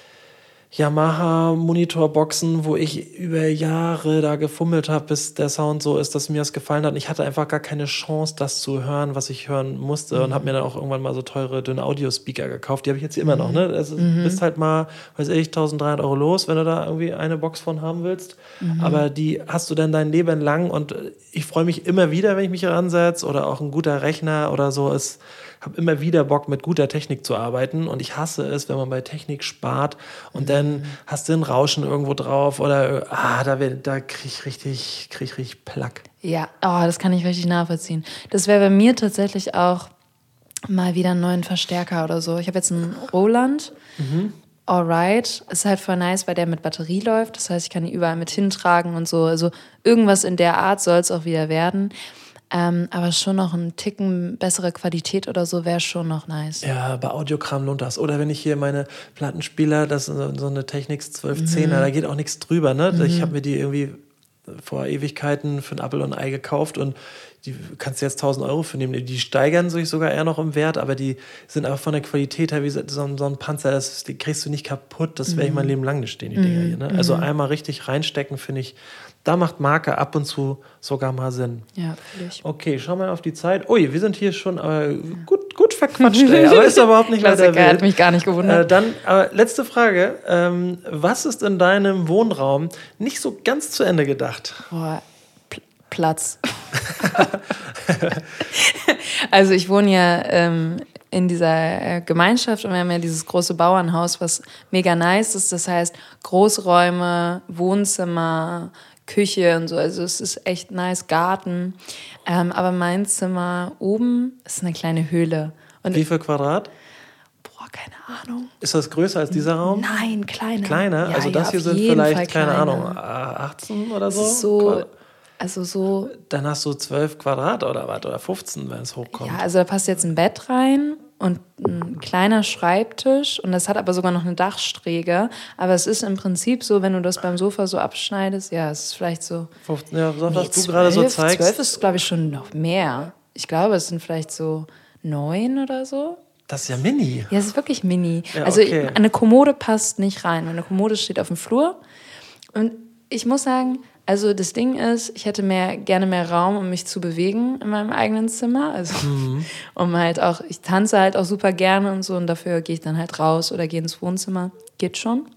Yamaha-Monitorboxen, wo ich über Jahre da gefummelt habe, bis der Sound so ist, dass mir das gefallen hat. Und ich hatte einfach gar keine Chance, das zu hören, was ich hören musste. Und habe mir dann auch irgendwann mal so teure, dünne Audio-Speaker gekauft. Die habe ich jetzt hier immer noch. Ne? Also bist halt mal, weiß ich, 1.300 € los, wenn du da irgendwie eine Box von haben willst. Aber die hast du dann dein Leben lang. Und ich freue mich immer wieder, wenn ich mich ransetze. Oder auch ein guter Rechner oder so ist. Habe immer wieder Bock, mit guter Technik zu arbeiten. Und ich hasse es, wenn man bei Technik spart und dann hast du ein Rauschen irgendwo drauf oder da krieg ich richtig Plack. Ja, das kann ich richtig nachvollziehen. Das wäre bei mir tatsächlich auch mal wieder einen neuen Verstärker oder so. Ich habe jetzt einen Roland. Alright. Ist halt voll nice, weil der mit Batterie läuft. Das heißt, ich kann ihn überall mit hintragen und so. Also irgendwas in der Art soll es auch wieder werden. Aber schon noch ein Ticken bessere Qualität oder so wäre schon noch nice. Ja, bei Audiokram lohnt das. Oder wenn ich hier meine Plattenspieler, das ist so eine Technics 1210er, da geht auch nichts drüber. Ne? Ich habe mir die irgendwie vor Ewigkeiten für ein Apfel und ein Ei gekauft und die kannst du jetzt 1.000 € für nehmen. Die steigern sich sogar eher noch im Wert, aber die sind einfach von der Qualität her wie so ein Panzer, die kriegst du nicht kaputt. Das werde ich mein Leben lang nicht stehen, die Dinger hier. Ne? Also einmal richtig reinstecken, finde ich, da macht Marke ab und zu sogar mal Sinn. Ja, vielleicht. Okay, schauen wir auf die Zeit. Ui, wir sind hier schon gut verquatscht, ey, aber ist überhaupt nicht weiter wild. Hat mich gar nicht gewundert. Dann letzte Frage. Was ist in deinem Wohnraum nicht so ganz zu Ende gedacht? Boah, Platz. Also ich wohne ja in dieser Gemeinschaft und wir haben ja dieses große Bauernhaus, was mega nice ist. Das heißt, Großräume, Wohnzimmer, Küche und so. Also es ist echt nice, Garten. Aber mein Zimmer oben ist eine kleine Höhle. Und wie viel Quadrat? Boah, keine Ahnung. Ist das größer als dieser Raum? Nein, kleiner. Kleiner? Ja, also das hier sind vielleicht, keine Ahnung, 18 oder so? So. Dann hast du 12 Quadrat oder was? Oder 15, wenn es hochkommt. Ja, also da passt jetzt ein Bett rein und ein kleiner Schreibtisch und das hat aber sogar noch eine Dachsträge. Aber es ist im Prinzip so, wenn du das beim Sofa so abschneidest, ja, es ist vielleicht so... 15, ja, was du gerade so zeigst. 12 ist, glaube ich, schon noch mehr. Ich glaube, es sind vielleicht so 9 oder so. Das ist ja mini. Ja, es ist wirklich mini. Ja, also okay. eine Kommode passt nicht rein. Eine Kommode steht auf dem Flur und ich muss sagen... Also das Ding ist, ich hätte gerne mehr Raum, um mich zu bewegen in meinem eigenen Zimmer. Also um halt auch, ich tanze halt auch super gerne und so und dafür gehe ich dann halt raus oder gehe ins Wohnzimmer. Geht schon.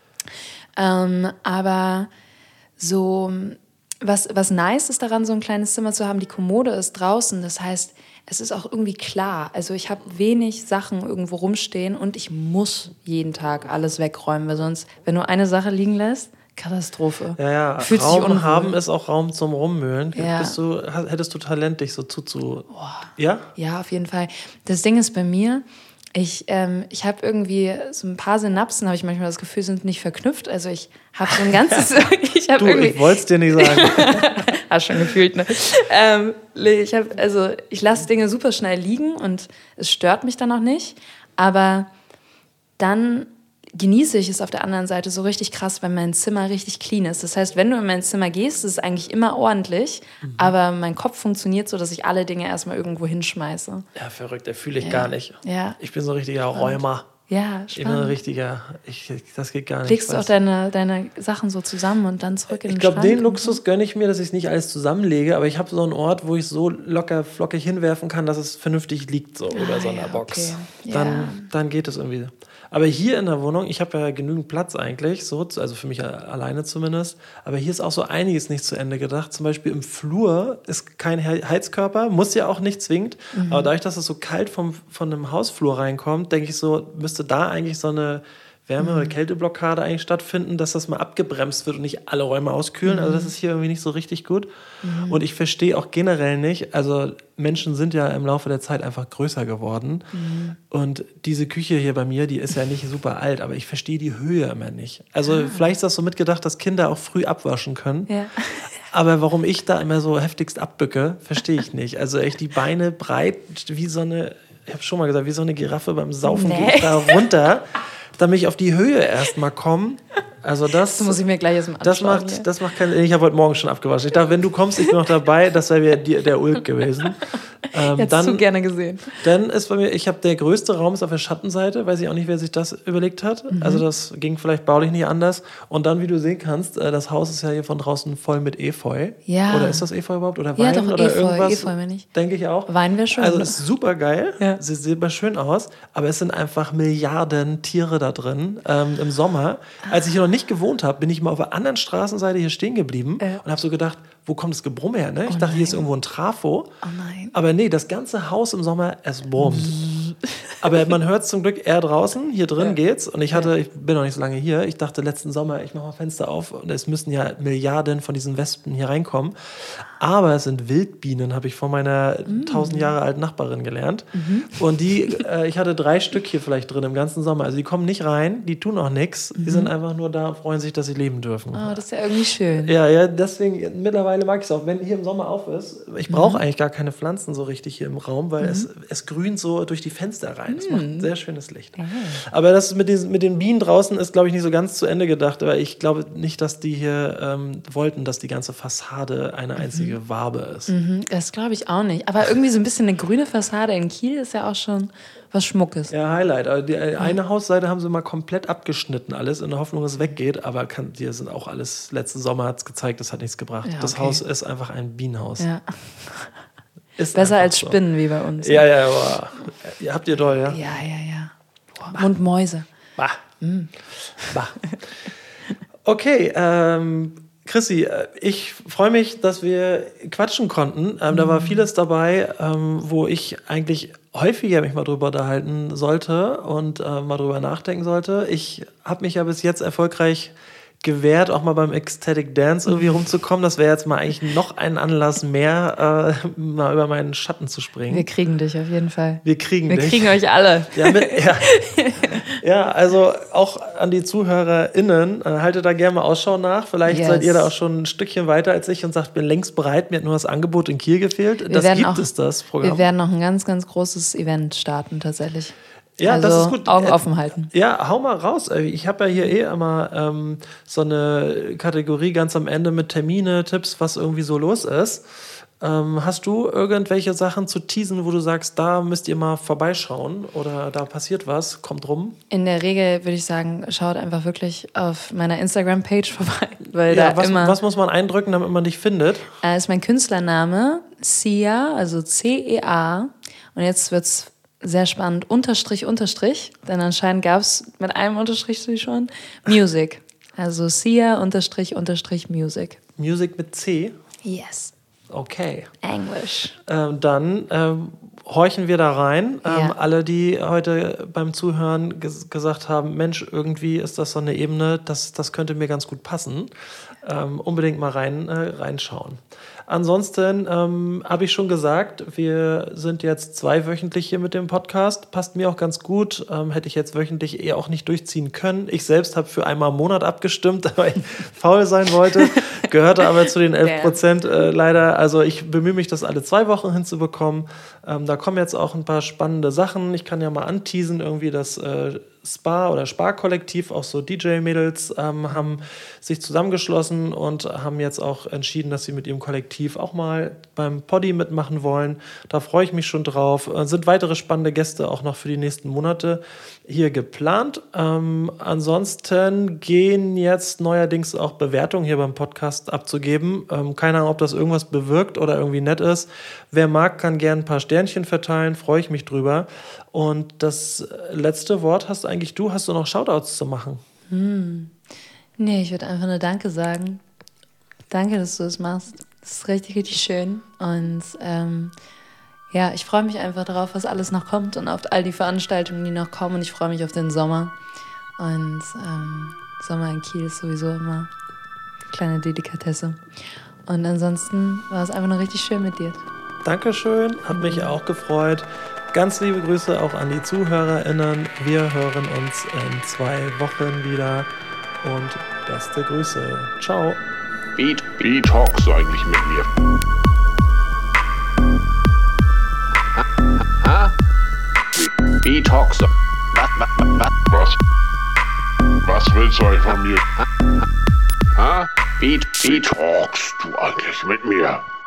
Aber so, was nice ist daran, so ein kleines Zimmer zu haben, die Kommode ist draußen. Das heißt, es ist auch irgendwie klar. Also ich habe wenig Sachen irgendwo rumstehen und ich muss jeden Tag alles wegräumen, weil sonst, wenn du eine Sache liegen lässt, Katastrophe. Ja, fühlt Raum sich unwohl. Haben ist auch Raum zum Rummühlen. Ja. Hättest du Talent, dich so Ja? Ja, auf jeden Fall. Das Ding ist bei mir, ich habe irgendwie so ein paar Synapsen, habe ich manchmal das Gefühl, sind nicht verknüpft. Also ich habe so ein ganzes... ich wollte es dir nicht sagen. Hast schon gefühlt, ne? Ich lasse Dinge super schnell liegen und es stört mich dann auch nicht. Aber dann... genieße ich es auf der anderen Seite so richtig krass, wenn mein Zimmer richtig clean ist. Das heißt, wenn du in mein Zimmer gehst, ist es eigentlich immer ordentlich, aber mein Kopf funktioniert so, dass ich alle Dinge erstmal irgendwo hinschmeiße. Ja, verrückt, das fühle ich gar nicht. Ja. Ich bin so ein richtiger Räumer. Ja, ich bin ein richtiger, das geht gar nicht. Legst du auch deine Sachen so zusammen und dann zurück in den Schrank? Ich glaube, den Luxus so? Gönne ich mir, dass ich es nicht alles zusammenlege, aber ich habe so einen Ort, wo ich so locker flockig hinwerfen kann, dass es vernünftig liegt, so über so einer Box. Okay. Dann geht es irgendwie. Aber hier in der Wohnung, ich habe ja genügend Platz eigentlich, so, also für mich alleine zumindest, aber hier ist auch so einiges nicht zu Ende gedacht. Zum Beispiel im Flur ist kein Heizkörper, muss ja auch nicht zwingend, aber dadurch, dass es so kalt von einem Hausflur reinkommt, denke ich so, müsste da eigentlich so eine Wärme- oder Kälteblockade eigentlich stattfinden, dass das mal abgebremst wird und nicht alle Räume auskühlen. Also das ist hier irgendwie nicht so richtig gut. Und ich verstehe auch generell nicht, also Menschen sind ja im Laufe der Zeit einfach größer geworden. Und diese Küche hier bei mir, die ist ja nicht super alt, aber ich verstehe die Höhe immer nicht. Also vielleicht ist das so mitgedacht, dass Kinder auch früh abwaschen können. Ja. Aber warum ich da immer so heftigst abbücke, verstehe ich nicht. Also echt die Beine breit wie so eine, ich habe schon mal gesagt, wie so eine Giraffe beim Saufen gehe ich da runter, damit ich auf die Höhe erstmal komme. Also das muss ich mir gleich erstmal anschauen. Das macht keinen Sinn. Ich habe heute Morgen schon abgewaschen. Ich dachte, wenn du kommst, ich bin noch dabei, das wäre der Ulk gewesen. Hättest du gerne gesehen. Dann ist bei mir, der größte Raum ist auf der Schattenseite, weiß ich auch nicht, wer sich das überlegt hat. Also das ging vielleicht baulich nicht anders. Und dann, wie du sehen kannst, das Haus ist ja hier von draußen voll mit Efeu. Ja. Oder ist das Efeu überhaupt? Oder Wein? Ja, doch, oder Efeu, irgendwas? Efeu meine ich. Denke ich auch. Wein wäre schön. Also es ist super geil. Ja. Sieht super schön aus. Aber es sind einfach Milliarden Tiere da drin im Sommer. Als ich hier noch nicht gewohnt habe, bin ich mal auf der anderen Straßenseite hier stehen geblieben und habe so gedacht, wo kommt das Gebrumm her? Ne? Ich dachte, hier ist irgendwo ein Trafo. Oh nein. Aber nee, das ganze Haus im Sommer, es brummt. Aber man hört es zum Glück eher draußen. Hier drin geht's. Und ich bin noch nicht so lange hier. Ich dachte letzten Sommer, ich mache mal Fenster auf und es müssen ja Milliarden von diesen Wespen hier reinkommen. Aber es sind Wildbienen, habe ich von meiner 1000 Jahre alten Nachbarin gelernt. Und ich hatte 3 Stück hier vielleicht drin im ganzen Sommer. Also die kommen nicht rein, die tun auch nichts. Die sind einfach nur da, freuen sich, dass sie leben dürfen. Oh, das ist ja irgendwie schön. Ja, deswegen, mittlerweile mag ich es auch. Wenn hier im Sommer auf ist, ich brauche eigentlich gar keine Pflanzen so richtig hier im Raum, weil es grünt so durch die Fenster rein. Es macht ein sehr schönes Licht. Aber das mit den Bienen draußen ist, glaube ich, nicht so ganz zu Ende gedacht. Aber ich glaube nicht, dass die hier wollten, dass die ganze Fassade eine einzige Wabe ist. Das glaube ich auch nicht. Aber irgendwie so ein bisschen eine grüne Fassade in Kiel ist ja auch schon was Schmuckes. Ja, Highlight. Aber die eine Hausseite haben sie mal komplett abgeschnitten, alles in der Hoffnung, dass es weggeht. Aber die sind auch alles, letzten Sommer hat es gezeigt, das hat nichts gebracht. Ja, okay. Das Haus ist einfach ein Bienenhaus. Ja. Ist besser als so. Spinnen wie bei uns. Ja, boah. Habt ihr doll, ja? Ja. Boah, und Mäuse. Bah. Bah. Okay, Chrissy, ich freue mich, dass wir quatschen konnten. Da war vieles dabei, wo ich eigentlich häufiger mich mal drüber unterhalten sollte und mal drüber nachdenken sollte. Ich habe mich ja bis jetzt erfolgreich gewährt, auch mal beim Ecstatic Dance irgendwie rumzukommen. Das wäre jetzt mal eigentlich noch ein Anlass mehr, mal über meinen Schatten zu springen. Wir kriegen dich auf jeden Fall. Wir kriegen euch alle. Ja, also auch an die ZuhörerInnen, haltet da gerne mal Ausschau nach. Vielleicht seid ihr da auch schon ein Stückchen weiter als ich und sagt, bin längst bereit, mir hat nur das Angebot in Kiel gefehlt. Das Programm. Wir werden noch ein ganz, ganz großes Event starten tatsächlich. Ja, also das ist gut. Augen offen halten. Ja, hau mal raus. Ich habe ja hier immer so eine Kategorie ganz am Ende mit Termine, Tipps, was irgendwie so los ist. Hast du irgendwelche Sachen zu teasen, wo du sagst, da müsst ihr mal vorbeischauen oder da passiert was, kommt rum? In der Regel würde ich sagen, schaut einfach wirklich auf meiner Instagram-Page vorbei. Weil was muss man eindrücken, damit man dich findet? Ist mein Künstlername Cia, also C-E-A. Und jetzt wird's sehr spannend, Unterstrich, denn anscheinend gab es mit einem Unterstrich schon Music. Also Cia, Unterstrich, Music. Music mit C? Yes. Okay. Englisch. Dann horchen wir da rein. Alle, die heute beim Zuhören gesagt haben, Mensch, irgendwie ist das so eine Ebene, das könnte mir ganz gut passen. Unbedingt mal reinschauen. Ansonsten habe ich schon gesagt, wir sind jetzt 2-wöchentlich hier mit dem Podcast. Passt mir auch ganz gut. Hätte ich jetzt wöchentlich eher auch nicht durchziehen können. Ich selbst habe für einmal im Monat abgestimmt, weil ich faul sein wollte. Gehörte aber zu den 11% leider. Also ich bemühe mich, das alle 2 Wochen hinzubekommen. Da kommen jetzt auch ein paar spannende Sachen. Ich kann ja mal anteasen, irgendwie das Spa oder Spa-Kollektiv, auch so DJ-Mädels haben sich zusammengeschlossen und haben jetzt auch entschieden, dass sie mit ihrem Kollektiv auch mal beim Poddy mitmachen wollen. Da freue ich mich schon drauf. Sind weitere spannende Gäste auch noch für die nächsten Monate hier geplant. Ansonsten gehen jetzt neuerdings auch Bewertungen hier beim Podcast abzugeben. Keine Ahnung, ob das irgendwas bewirkt oder irgendwie nett ist. Wer mag, kann gerne ein paar Sternchen verteilen. Freue ich mich drüber. Und das letzte Wort hast eigentlich du. Hast du noch Shoutouts zu machen? Nee, ich würde einfach nur Danke sagen. Danke, dass du das machst. Das ist richtig, richtig schön. Und ich freue mich einfach darauf, was alles noch kommt und auf all die Veranstaltungen, die noch kommen. Und ich freue mich auf den Sommer. Und Sommer in Kiel ist sowieso immer eine kleine Delikatesse. Und ansonsten war es einfach nur richtig schön mit dir. Dankeschön, hat mich auch gefreut. Ganz liebe Grüße auch an die ZuhörerInnen. Wir hören uns in 2 Wochen wieder und beste Grüße. Ciao. Wie talkst du eigentlich mit mir? Wie talkst du? Was willst du eigentlich von mir? Wie Wie talkst du eigentlich mit mir?